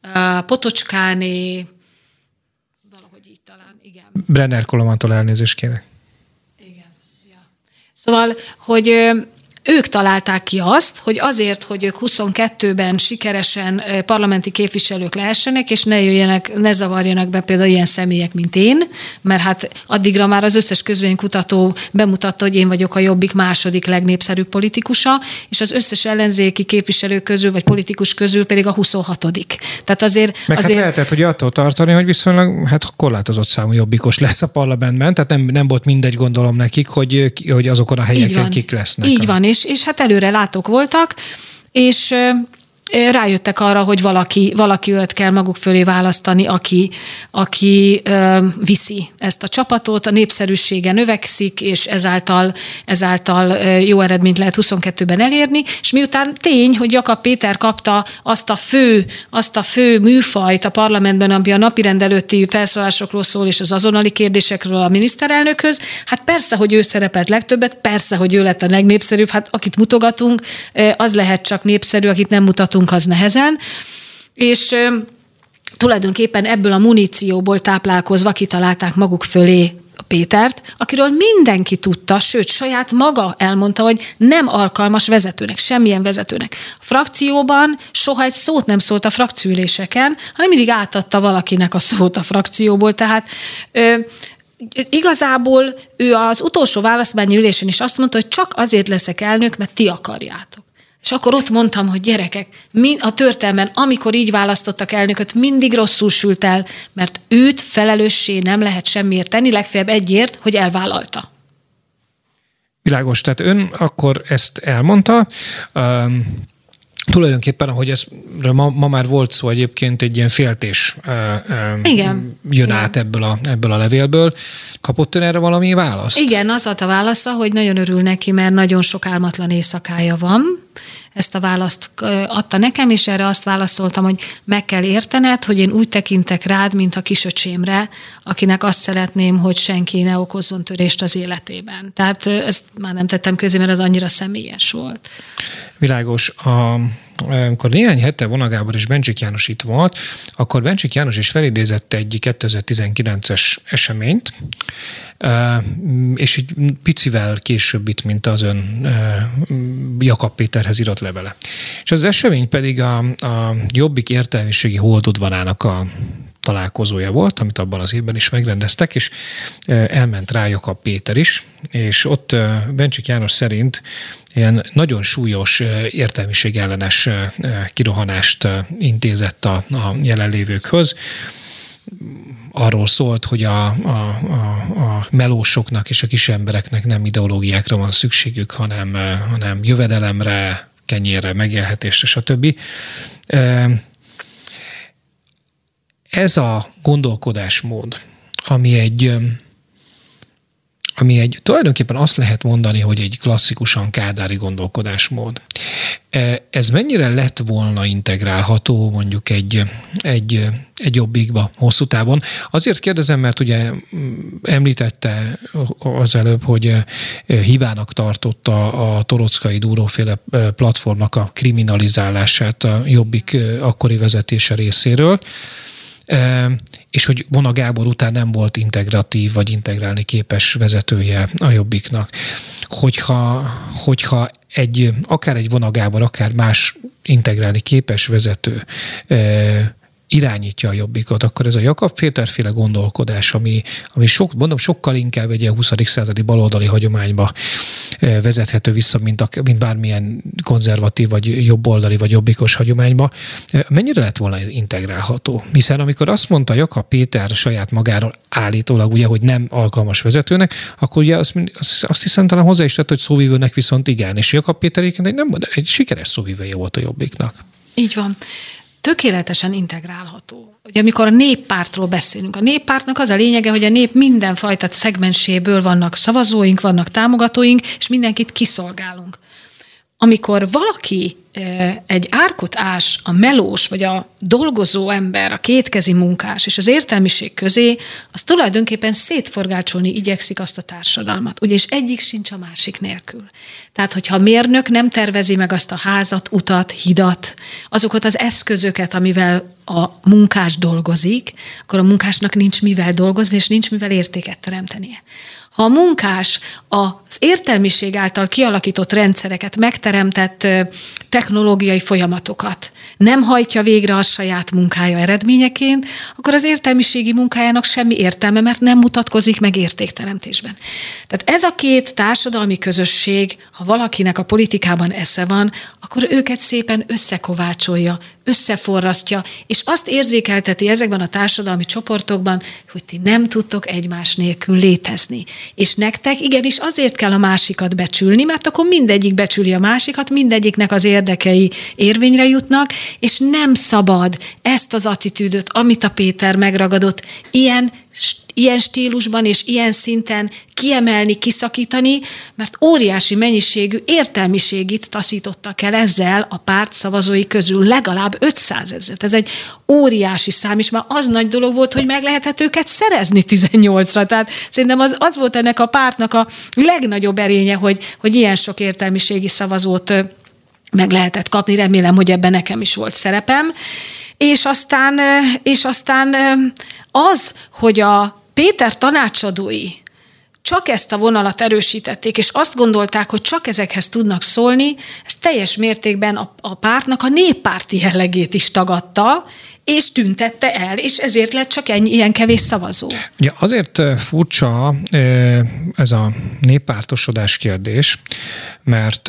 Potocskáné, valahogy így talán, igen. Brenner Kolomantól elnézést kérek. Szóval, hogy ők találták ki azt, hogy azért, hogy ők 22-ben sikeresen parlamenti képviselők lehessenek, és ne zavarjanak be például ilyen személyek, mint én, mert hát addigra már az összes közvéleménykutató bemutatta, hogy én vagyok a Jobbik második legnépszerűbb politikusa, és az összes ellenzéki képviselők közül, vagy politikus közül pedig a 26. Tehát azért... Hát lehetett, hogy attól tartani, hogy viszonylag korlátozott számú jobbikos lesz a parlamentben, tehát nem volt mindegy, gondolom nekik, hogy azokon a helyeken kik lesznek. Így van. És hát előre látók voltak, és rájöttek arra, hogy valaki őt kell maguk fölé választani, aki viszi ezt a csapatot, a népszerűsége növekszik, és ezáltal jó eredményt lehet 22-ben elérni, és miután tény, hogy Jakab Péter kapta azt a fő műfajt a parlamentben, ami a napirend előtti felszólásokról szól, és az azonnali kérdésekről a miniszterelnökhöz, hát persze, hogy ő szerepelt legtöbbet, persze, hogy ő lett a legnépszerűbb, hát akit mutogatunk, az lehet csak népszerű, akit nem mutatunk, az nehezen, és tulajdonképpen ebből a munícióból táplálkozva kitalálták maguk fölé a Pétert, akiről mindenki tudta, sőt, saját maga elmondta, hogy nem alkalmas vezetőnek, semmilyen vezetőnek. A frakcióban soha egy szót nem szólt a frakcióüléseken, hanem mindig átadta valakinek a szót a frakcióból, tehát igazából ő az utolsó választmányi ülésen is azt mondta, hogy csak azért leszek elnök, mert ti akarjátok. És akkor ott mondtam, hogy gyerekek, a történelmen, amikor így választottak elnököt, mindig rosszul sült el, mert őt felelőssé nem lehet semmiért tenni, legfeljebb egyért, hogy elvállalta. Világos, tehát ön akkor ezt elmondta, tulajdonképpen, ahogy ez ma már volt szó egyébként, egy ilyen féltés jön át ebből a levélből. Kapott ön erre valami választ? Igen, az volt a válasza, hogy nagyon örül neki, mert nagyon sok álmatlan éjszakája van. Ezt a választ adta nekem, és erre azt válaszoltam, hogy meg kell értened, hogy én úgy tekintek rád, mint a kisöcsémre, akinek azt szeretném, hogy senki ne okozzon törést az életében. Tehát ezt már nem tettem közé, mert az annyira személyes volt. Világos. Amikor néhány hete Vona Gábor és Bencsik János itt volt, akkor Bencsik János is felidézett egy 2019-es eseményt, és egy picivel később itt, mint az ön Jakab Péterhez írott levele. És az esemény pedig a Jobbik értelmiségi holdudvarának a találkozója volt, amit abban az évben is megrendeztek, és elment rá Jakab Péter is, és ott Bencsik János szerint ilyen nagyon súlyos értelmiség ellenes kirohanást intézett a jelenlévőkhöz. Arról szólt, hogy a melósoknak és a kis embereknek nem ideológiákra van szükségük, hanem jövedelemre, kenyérre, megélhetésre, stb. Ez a gondolkodásmód, ami egy tulajdonképpen azt lehet mondani, hogy egy klasszikusan kádári gondolkodásmód. Ez mennyire lett volna integrálható mondjuk egy Jobbikba hosszú távon? Azért kérdezem, mert ugye említette az előbb, hogy hibának tartotta a Torockai Dúróféle platformnak a kriminalizálását a Jobbik akkori vezetése részéről, és hogy Vona Gábor után nem volt integratív vagy integrálni képes vezetője a Jobbiknak. Hogyha akár egy Vona Gábor, akár más integrálni képes vezető irányítja a Jobbikot, akkor ez a Jakab Péter-féle gondolkodás, ami sokkal inkább egy ilyen 20. századi baloldali hagyományba vezethető vissza, mint bármilyen konzervatív, vagy jobboldali, vagy jobbikos hagyományba, mennyire lett volna integrálható? Hiszen amikor azt mondta Jakab Péter saját magáról állítólag, ugye, hogy nem alkalmas vezetőnek, akkor ugye azt hiszem talán hozzá is tett, hogy szóvivőnek viszont igen, és Jakab Péter egy sikeres szóvivője volt a Jobbiknak. Így van. Tökéletesen integrálható. Ugye amikor a néppártról beszélünk, a néppártnak az a lényege, hogy a nép mindenfajta szegmenséből vannak szavazóink, vannak támogatóink, és mindenkit kiszolgálunk. Amikor valaki egy árkot ás a melós, vagy a dolgozó ember, a kétkezi munkás és az értelmiség közé, az tulajdonképpen szétforgácsolni igyekszik azt a társadalmat. Ugyanis egyik sincs a másik nélkül. Tehát, hogyha a mérnök nem tervezi meg azt a házat, utat, hidat, azokat az eszközöket, amivel a munkás dolgozik, akkor a munkásnak nincs mivel dolgozni, és nincs mivel értéket teremtenie. Ha a munkás az értelmiség által kialakított rendszereket, megteremtett technológiai folyamatokat nem hajtja végre a saját munkája eredményeként, akkor az értelmiségi munkájának semmi értelme, mert nem mutatkozik meg értékteremtésben. Tehát ez a két társadalmi közösség, ha valakinek a politikában esze van, akkor őket szépen összekovácsolja, összeforrasztja, és azt érzékelteti ezekben a társadalmi csoportokban, hogy ti nem tudtok egymás nélkül létezni. És nektek igenis azért kell a másikat becsülni, mert akkor mindegyik becsüli a másikat, mindegyiknek az érdekei érvényre jutnak, és nem szabad ezt az attitűdöt, amit a Péter megragadott, ilyen stílusban és ilyen szinten kiemelni, kiszakítani, mert óriási mennyiségű értelmiségit taszítottak el ezzel a párt szavazói közül, legalább 500 000. Ez egy óriási szám, és már az nagy dolog volt, hogy meg lehetett őket szerezni 18-ra. Tehát szerintem az volt ennek a pártnak a legnagyobb erénye, hogy ilyen sok értelmiségi szavazót meg lehetett kapni. Remélem, hogy ebben nekem is volt szerepem. És aztán az, hogy a Péter tanácsadói csak ezt a vonalat erősítették, és azt gondolták, hogy csak ezekhez tudnak szólni, ez teljes mértékben a pártnak a néppárti jellegét is tagadta, és tüntette el, és ezért lett csak ilyen kevés szavazó. Ja, azért furcsa ez a néppártosodás kérdés, mert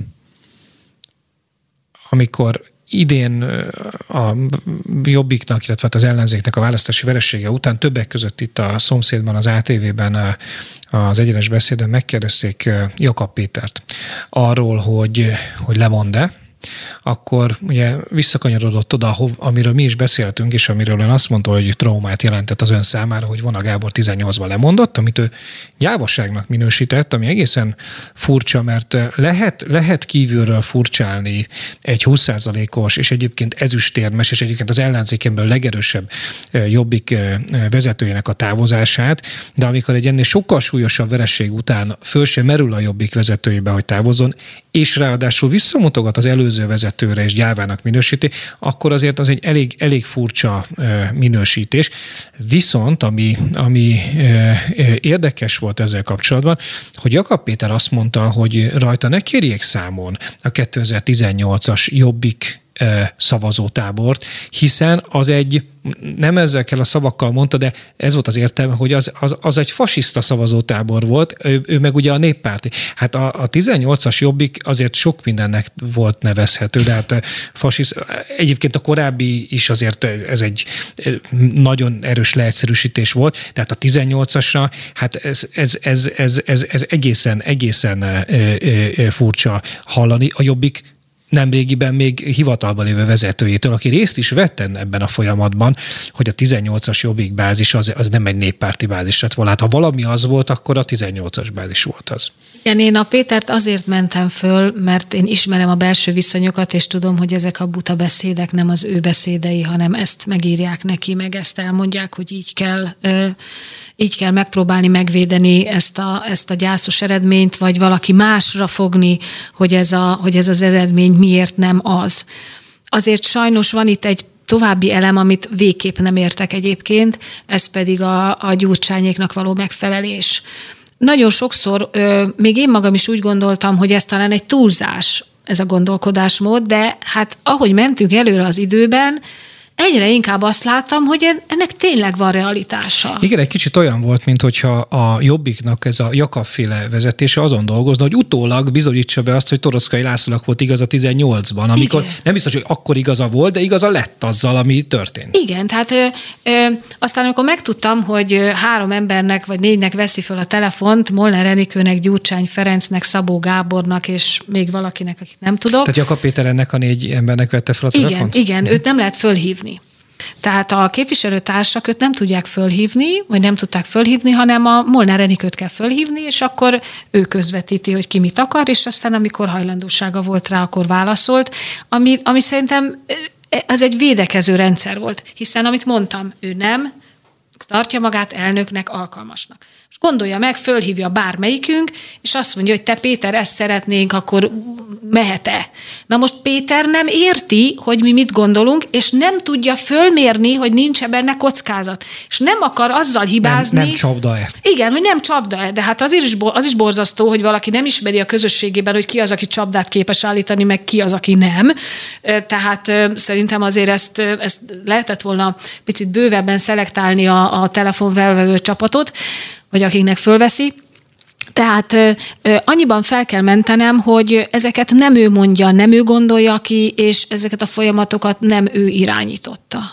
amikor idén a Jobbiknak, illetve az ellenzéknek a választási veresége után többek között itt a szomszédban, az ATV-ben az Egyenes Beszédben megkérdezték Jakab Pétert arról, hogy lemond-e, akkor ugye visszakanyarodott oda, amiről mi is beszéltünk, és amiről ön azt mondta, hogy traumát jelentett az ön számára, hogy Vona Gábor 18-ban lemondott, amit ő gyávaságnak minősített, ami egészen furcsa, mert lehet kívülről furcsálni egy 20%-os, és egyébként ezüstérmes, és egyébként az ellenzékemből legerősebb Jobbik vezetőjének a távozását, de amikor egy ennél sokkal súlyosabb vereség után föl sem merül a Jobbik vezetőjébe, hogy távozzon, és ráadásul visszamutogat az előző vezetőre és gyávának minősíti, akkor azért az egy elég furcsa minősítés. Viszont, ami érdekes volt ezzel kapcsolatban, hogy Jakab Péter azt mondta, hogy rajta ne kérjék számon a 2018-as Jobbik szavazótábort, hiszen az nem ezzel kell a szavakkal mondta, de ez volt az értelme, hogy az egy fasiszta szavazótábor volt, ő meg ugye a néppárti. Hát a 18-as Jobbik azért sok mindennek volt nevezhető, de hát egyébként a korábbi is azért ez egy nagyon erős leegyszerűsítés volt, tehát a 18-asra, hát ez egészen furcsa hallani. A Jobbik nemrégiben még hivatalban lévő vezetőjétől, aki részt is vett ebben a folyamatban, hogy a 18-as Jobbik bázis az nem egy néppárti bázis lett volna. Hát ha valami az volt, akkor a 18-as bázis volt az. Igen, én a Pétert azért mentem föl, mert én ismerem a belső viszonyokat, és tudom, hogy ezek a buta beszédek nem az ő beszédei, hanem ezt megírják neki, meg ezt elmondják, hogy így kell megpróbálni megvédeni ezt a gyászos eredményt, vagy valaki másra fogni, hogy ez az eredmény miért nem az. Azért sajnos van itt egy további elem, amit végképp nem értek egyébként, ez pedig a Gyurcsányéknak való megfelelés. Nagyon sokszor, még én magam is úgy gondoltam, hogy ez talán egy túlzás, ez a gondolkodásmód, de hát ahogy mentünk előre az időben, egyre inkább azt láttam, hogy ennek tényleg van realitása. Igen, egy kicsit olyan volt, mint hogyha a Jobbiknak ez a Jakab-féle vezetése azon dolgozna, hogy utólag bizonyítsa be azt, hogy Toroczkai Lászlónak volt igaza 18-ban, amikor igen. Nem biztos, hogy akkor igaza volt, de igaza lett azzal, ami történt. Igen, tehát aztán amikor megtudtam, hogy 3 embernek vagy 4-nek veszi föl a telefont, Molnár Enikőnek, Gyurcsány Ferencnek, Szabó Gábornak, és még valakinek, akit nem tudok. Tehát Jakab Péter ennek a 4 embernek vette fel a telefont? Igen, őt nem lehet fölhívni. Tehát a képviselőtársak őt nem tudják fölhívni, vagy nem tudták fölhívni, hanem a Molnár Enikőt kell fölhívni, és akkor ő közvetíti, hogy ki mit akar, és aztán amikor hajlandósága volt rá, akkor válaszolt, ami szerintem ez egy védekező rendszer volt, hiszen amit mondtam, ő nem tartja magát elnöknek, alkalmasnak. És gondolja meg, fölhívja bármelyikünk, és azt mondja, hogy te Péter, ezt szeretnénk, akkor mehet-e? Na most Péter nem érti, hogy mi mit gondolunk, és nem tudja fölmérni, hogy nincs-e benne kockázat. És nem akar azzal hibázni. Nem csapda-e? Igen, hogy nem csapda-e, de hát az is borzasztó, hogy valaki nem ismeri a közösségében, hogy ki az, aki csapdát képes állítani, meg ki az, aki nem. Tehát szerintem azért ezt lehetett volna picit bővebben szelektálni a telefonfelvevő csapatot, vagy akiknek fölveszi. Tehát annyiban fel kell mentenem, hogy ezeket nem ő mondja, nem ő gondolja ki, és ezeket a folyamatokat nem ő irányította.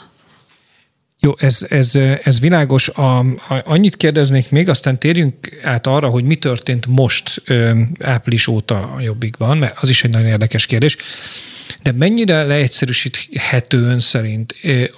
Jó, ez világos. Annyit kérdeznék még, aztán térjünk át arra, hogy mi történt most április óta a Jobbikban, mert az is egy nagyon érdekes kérdés. De mennyire leegyszerűsíthető ön szerint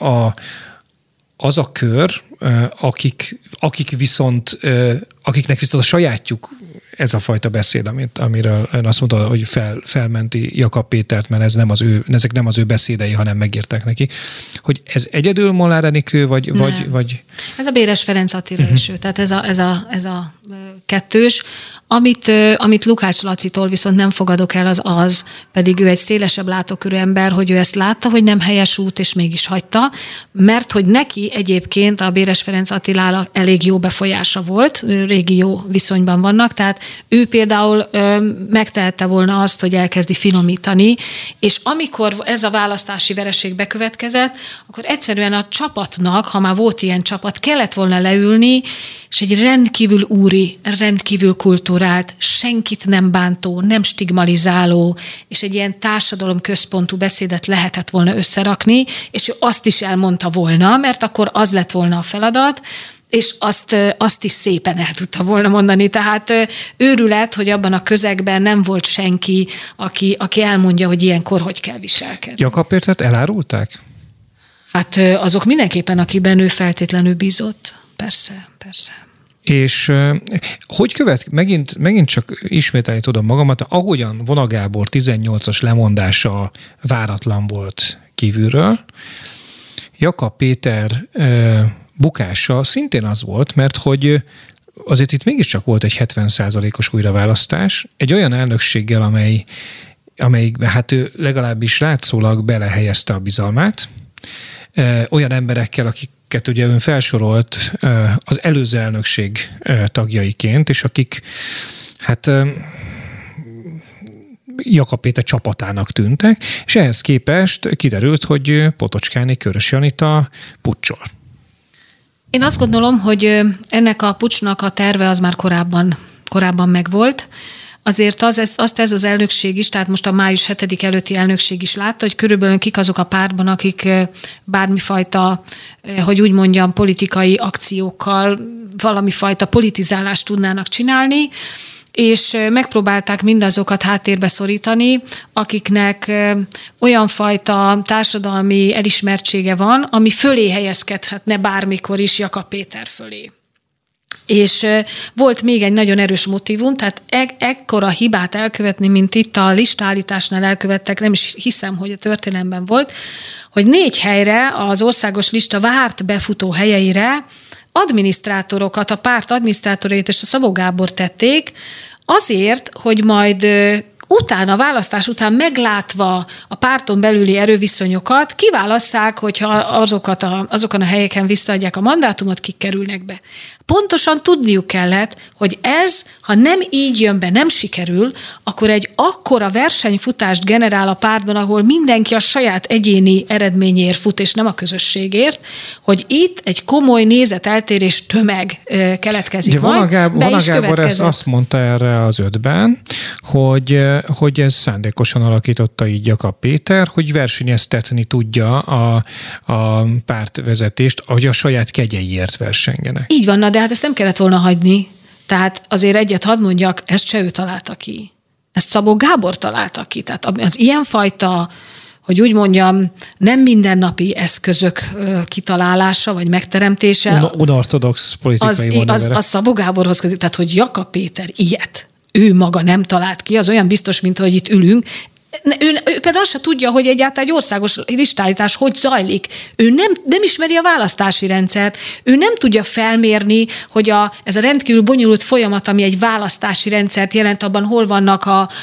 az a kör, akiknek viszont a sajátjuk ez a fajta beszéd, amiről ön azt mondta, hogy felmenti Jakab Pétert, mert ezek nem az ő beszédei, hanem megírták neki, hogy ez egyedül Molnár Enikő, vagy... Ez a Béres Ferenc Attila is ő, tehát ez a kettős. Amit Lukács Lacitól viszont nem fogadok el, az, pedig ő egy szélesebb látókörű ember, hogy ő ezt látta, hogy nem helyes út, és mégis hagyta, mert hogy neki egyébként a Béres Ferenc Attilára elég jó befolyása volt, régi jó viszonyban vannak, tehát ő például megtehette volna azt, hogy elkezdi finomítani, és amikor ez a választási vereség bekövetkezett, akkor egyszerűen a csapatnak, ha már volt ilyen csapat, kellett volna leülni, és egy rendkívül úri, rendkívül kultúrált, senkit nem bántó, nem stigmalizáló, és egy ilyen társadalomközpontú beszédet lehetett volna összerakni, és ő azt is elmondta volna, mert akkor az lett volna a feladat, és azt is szépen el tudta volna mondani. Tehát őrület, hogy abban a közegben nem volt senki, aki elmondja, hogy ilyenkor hogy kell viselkedni. Jakab Pétert elárulták? Hát azok mindenképpen, akiben ő feltétlenül bízott. Persze. És hogy megint csak ismételni tudom magamat, ahogyan Vona Gábor 18-as lemondása váratlan volt kívülről, Jakab Péter bukása szintén az volt, mert hogy azért itt mégiscsak volt egy 70%-os újraválasztás, egy olyan elnökséggel, amelyikben hát ő legalábbis látszólag belehelyezte a bizalmát, olyan emberekkel, akiket ugye ön felsorolt az előző elnökség tagjaiként, és akik hát Jakab Péter csapatának tűntek, és ehhez képest kiderült, hogy Potocskáné Körös Janita puccsol. Én azt gondolom, hogy ennek a puccsnak a terve az már korábban megvolt. Azért azt ez az elnökség is, tehát most a május 7. előtti elnökség is látta, hogy körülbelül kik azok a pártban, akik bármifajta, hogy úgy mondjam, politikai akciókkal valamifajta politizálást tudnának csinálni, és megpróbálták mindazokat háttérbe szorítani, akiknek olyan fajta társadalmi elismertsége van, ami fölé helyezkedhetne bármikor is Jakab Péter fölé. És volt még egy nagyon erős motívum, tehát ekkora hibát elkövetni, mint itt a listállításnál elkövettek, nem is hiszem, hogy a történelemben volt, hogy 4 helyre az országos lista várt befutó helyeire adminisztrátorokat, a párt adminisztrátorait és a Szabó Gábor tették, azért, hogy majd utána, a választás után meglátva a párton belüli erőviszonyokat, kiválasszák, hogyha azokon a helyeken visszaadják a mandátumot, kik kerülnek be. Pontosan tudniuk kellett, hogy ez, ha nem így jön be, nem sikerül, akkor egy akkora versenyfutást generál a pártban, ahol mindenki a saját egyéni eredményért fut, és nem a közösségért, hogy itt egy komoly nézeteltérés tömeg keletkezik majd. Vona Gábor azt mondta erre az 5-ben, hogy ez szándékosan alakította így Jakab Péter, hogy versenyeztetni tudja a pártvezetést, hogy a saját kegyeiért versengenek. Így van, de hát ezt nem kellett volna hagyni. Tehát azért egyet hadd mondjak, ezt se ő találta ki. Ezt Szabó Gábor találta ki. Tehát az ilyenfajta, hogy úgy mondjam, nem mindennapi eszközök kitalálása vagy megteremtése. Unortodox politikai manőverek. Az Szabó Gáborhoz között. Tehát, hogy Jakab Péter ilyet ő maga nem talált ki, az olyan biztos, mint hogy itt ülünk. Ő például azt se tudja, hogy egyáltalán egy országos listállítás hogy zajlik. Ő nem ismeri a választási rendszert. Ő nem tudja felmérni, hogy ez a rendkívül bonyolult folyamat, ami egy választási rendszert jelent, abban hol vannak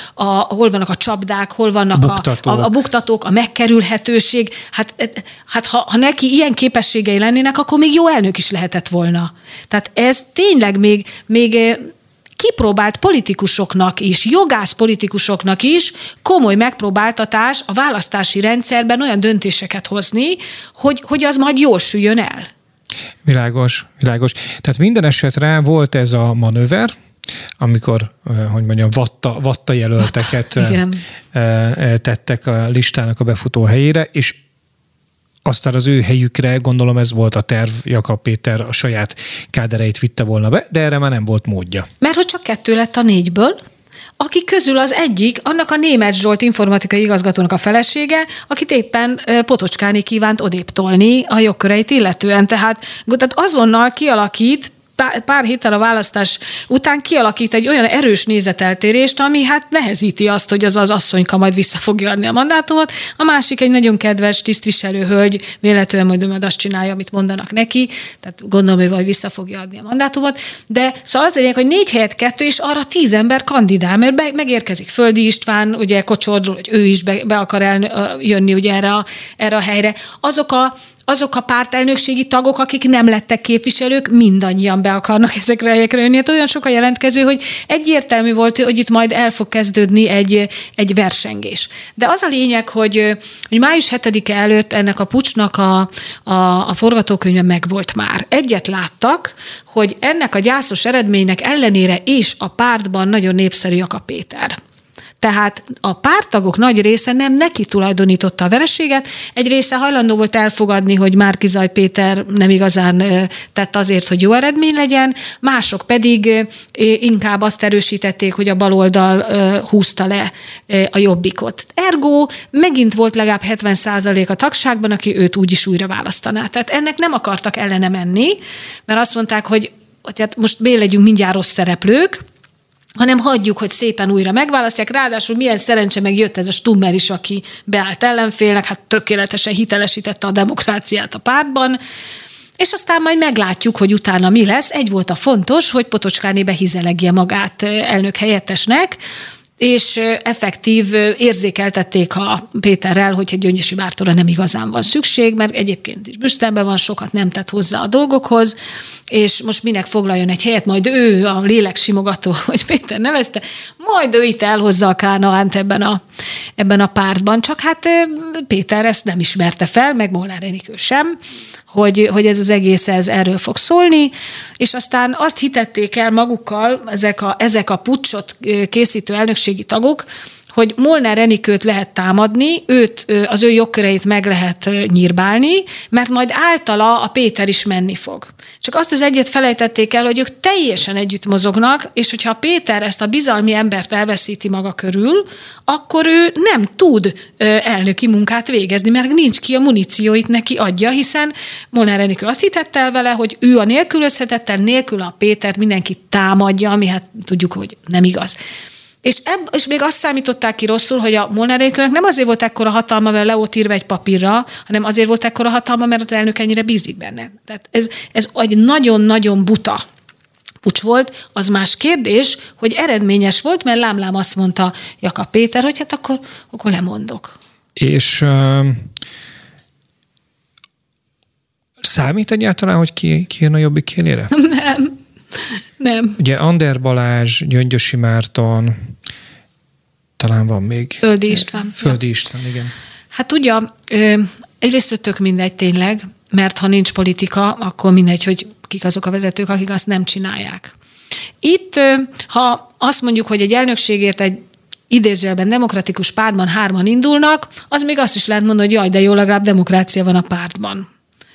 a csapdák, hol vannak a buktatók, a megkerülhetőség. Hát ha neki ilyen képességei lennének, akkor még jó elnök is lehetett volna. Tehát ez tényleg még kipróbált politikusoknak is, jogász politikusoknak is komoly megpróbáltatás a választási rendszerben olyan döntéseket hozni, hogy az majd jól süljön el. Világos. Tehát minden esetre volt ez a manőver, amikor, hogy mondjam, vatta jelölteket tettek a listának a befutó helyére, és aztán az ő helyükre, gondolom ez volt a terv, Jakab Péter a saját kádereit vitte volna be, de erre már nem volt módja. Mert hogy csak 2 lett a 4-ből, aki közül az egyik, annak a Németh Zsolt informatikai igazgatónak a felesége, akit éppen Potocskáné kívánt odébb tolni a jogköreit illetően. Tehát azonnal kialakít, pár héttel a választás után kialakít egy olyan erős nézeteltérést, ami hát nehezíti azt, hogy az asszonyka majd vissza fogja adni a mandátumot. A másik egy nagyon kedves tisztviselő hölgy, véletlenül majd azt csinálja, amit mondanak neki, tehát gondolom, hogy vagy vissza fogja adni a mandátumot. De szóval az lényeg, hogy 4 helyett 2, és arra 10 ember kandidál, mert megérkezik Földi István, ugye Kocsordról, hogy ő is be akar jönni ugye erre a helyre. Azok a pártelnökségi tagok, akik nem lettek képviselők, mindannyian be akarnak ezekre a helyekre jönni. Hát olyan sok a jelentkező, hogy egyértelmű volt, hogy itt majd el fog kezdődni egy versengés. De az a lényeg, hogy május 7-e előtt ennek a puccsnak a forgatókönyve megvolt már. Egyet láttak, hogy ennek a gyászos eredménynek ellenére is a pártban nagyon népszerű Jakab Péter. Tehát a párttagok nagy része nem neki tulajdonította a vereséget, egy része hajlandó volt elfogadni, hogy Márki-Zay Péter nem igazán tett azért, hogy jó eredmény legyen, mások pedig inkább azt erősítették, hogy a baloldal húzta le a Jobbikot. Ergo megint volt legalább 70% a tagságban, aki őt úgyis újra választaná. Tehát ennek nem akartak ellene menni, mert azt mondták, hogy hát most legyünk mindjárt rossz szereplők, hanem hagyjuk, hogy szépen újra megválasztják. Ráadásul milyen szerencse megjött ez a Stummer is, aki beállt ellenfélnek, hát tökéletesen hitelesítette a demokráciát a pártban, és aztán majd meglátjuk, hogy utána mi lesz. Egy volt a fontos, hogy Potocskáné behizelegje magát elnök helyettesnek, és effektív érzékeltették a Péterrel, hogy egy Gyöngyösi Mártonra nem igazán van szükség, mert egyébként is Brüsszelben van, sokat nem tett hozzá a dolgokhoz, és most minek foglaljon egy helyet, majd ő a léleksimogató, hogy Péter nevezte, majd ő itt elhozza a Kánaánt ebben a pártban. Csak hát Péter ezt nem ismerte fel, meg Molnár Enikő sem, hogy ez az egész erről fog szólni, és aztán azt hitették el magukkal ezek a puccsot készítő elnökségi tagok, hogy Molnár Enikőt lehet támadni, az ő jogköreit meg lehet nyírbálni, mert majd általa a Péter is menni fog. Csak azt az egyet felejtették el, hogy ők teljesen együtt mozognak, és hogyha a Péter ezt a bizalmi embert elveszíti maga körül, akkor ő nem tud elnöki munkát végezni, mert nincs ki a munícióit neki adja, hiszen Molnár Enikő azt hitette el vele, hogy ő a nélkülözhetetlen, nélkül a Pétert mindenki támadja, ami hát tudjuk, hogy nem igaz. És még azt számították ki rosszul, hogy a Molnár Enikőnek nem azért volt ekkora hatalma, mert le volt írva egy papírra, hanem azért volt ekkora hatalma, mert az elnök ennyire bízik benne. Tehát ez egy nagyon-nagyon buta puccs volt. Az más kérdés, hogy eredményes volt, mert lámlám azt mondta Jakab Péter, hogy hát akkor lemondok. És számít egyáltalán, hogy ki jön a Jobbik élére? Nem. Ugye Ander Balázs, Gyöngyösi Márton, talán van még. Földi István. Földi István, igen. Hát ugye, egyrészt tök mindegy tényleg, mert ha nincs politika, akkor mindegy, hogy kik azok a vezetők, akik azt nem csinálják. Itt, ha azt mondjuk, hogy egy elnökségért egy idézőjelben demokratikus pártban 3-an indulnak, az még azt is lehet mondani, hogy jaj, de jó, legalább demokrácia van a pártban.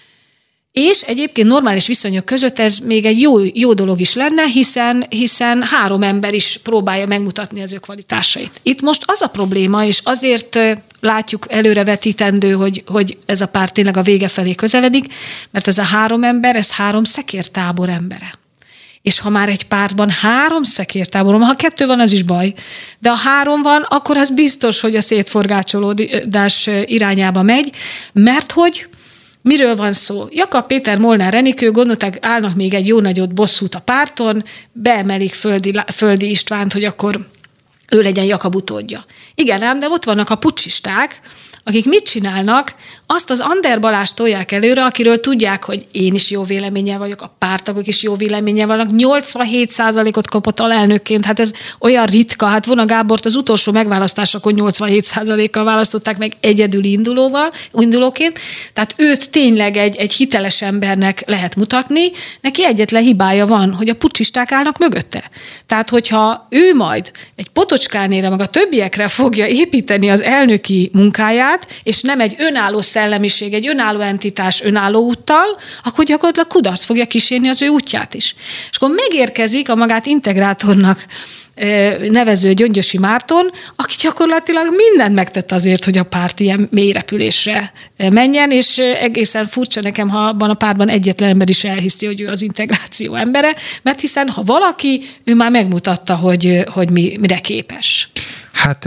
És egyébként normális viszonyok között ez még egy jó dolog is lenne, hiszen 3 ember is próbálja megmutatni az ő kvalitásait. Itt most az a probléma, és azért látjuk előrevetítendő, hogy ez a párt tényleg a vége felé közeledik, mert ez a 3 ember, ez 3 szekértábor embere. És ha már egy pártban 3 szekértáborom, ha 2 van, az is baj, de ha 3 van, akkor az biztos, hogy a szétforgácsolódás irányába megy, mert hogy miről van szó? Jakab Péter, Molnár Enikő gondolták, állnak még egy jó nagyot bosszút a párton, beemelik Földi Istvánt, hogy akkor ő legyen Jakab utódja. Igen, ám, de ott vannak a puccsisták, akik mit csinálnak? Azt az Ander Balást tolják előre, akiről tudják, hogy én is jó véleménnyel vagyok, a párttagok is jó véleménnyel vannak. 87%-ot kapott alelnökként, hát ez olyan ritka. Hát Vona Gábort az utolsó megválasztásakor 87%-kal választották meg egyedül indulóként. Tehát őt tényleg egy hiteles embernek lehet mutatni. Neki egyetlen hibája van, hogy a puccsisták állnak mögötte. Tehát, hogyha ő majd egy Potocskánéra, meg a többiekre fogja építeni az elnöki munkáját, és nem egy önálló szellemiség, egy önálló entitás önálló úttal, akkor gyakorlatilag kudarc fogja kísérni az ő útját is. És akkor megérkezik a magát integrátornak nevező Gyöngyösi Márton, aki gyakorlatilag mindent megtett azért, hogy a párt ilyen mélyrepülésre menjen, és egészen furcsa nekem, ha abban a pártban egyetlen ember is elhiszi, hogy ő az integráció embere, mert hiszen ha valaki, ő már megmutatta, hogy mire képes. Hát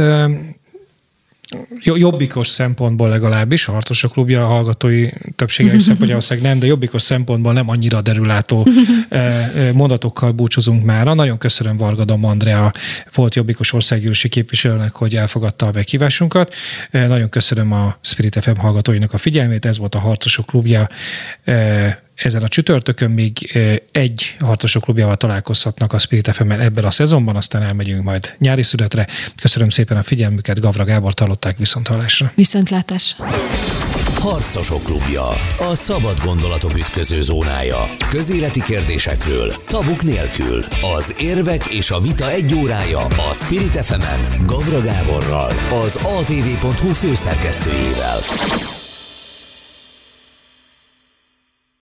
jobbikos szempontból legalábbis, a Harcosok Klubja hallgatói többsége szempontjából valószínűleg nem, de jobbikos szempontból nem annyira derülátó mondatokkal búcsúzunk mára. Nagyon köszönöm Varga Dom Andrea, volt jobbikos országgyűlési képviselőnek, hogy elfogadta a meghívásunkat. Nagyon köszönöm a Spirit FM hallgatóinak a figyelmét, ez volt a Harcosok Klubja ezen a csütörtökön még egy Harcosok Klubjával találkozhatnak a Spirit FM-en ebben a szezonban, aztán elmegyünk majd nyári szünetre. Köszönöm szépen a figyelmüket, Gavra Gábort hallották, viszonthallásra. Viszontlátás! Harcosok Klubja, a szabad gondolatok ütköző zónája. Közéleti kérdésekről, tabuk nélkül. Az érvek és a vita egy órája a Spirit FM-en Gavra Gáborral, az atv.hu főszerkesztőjével.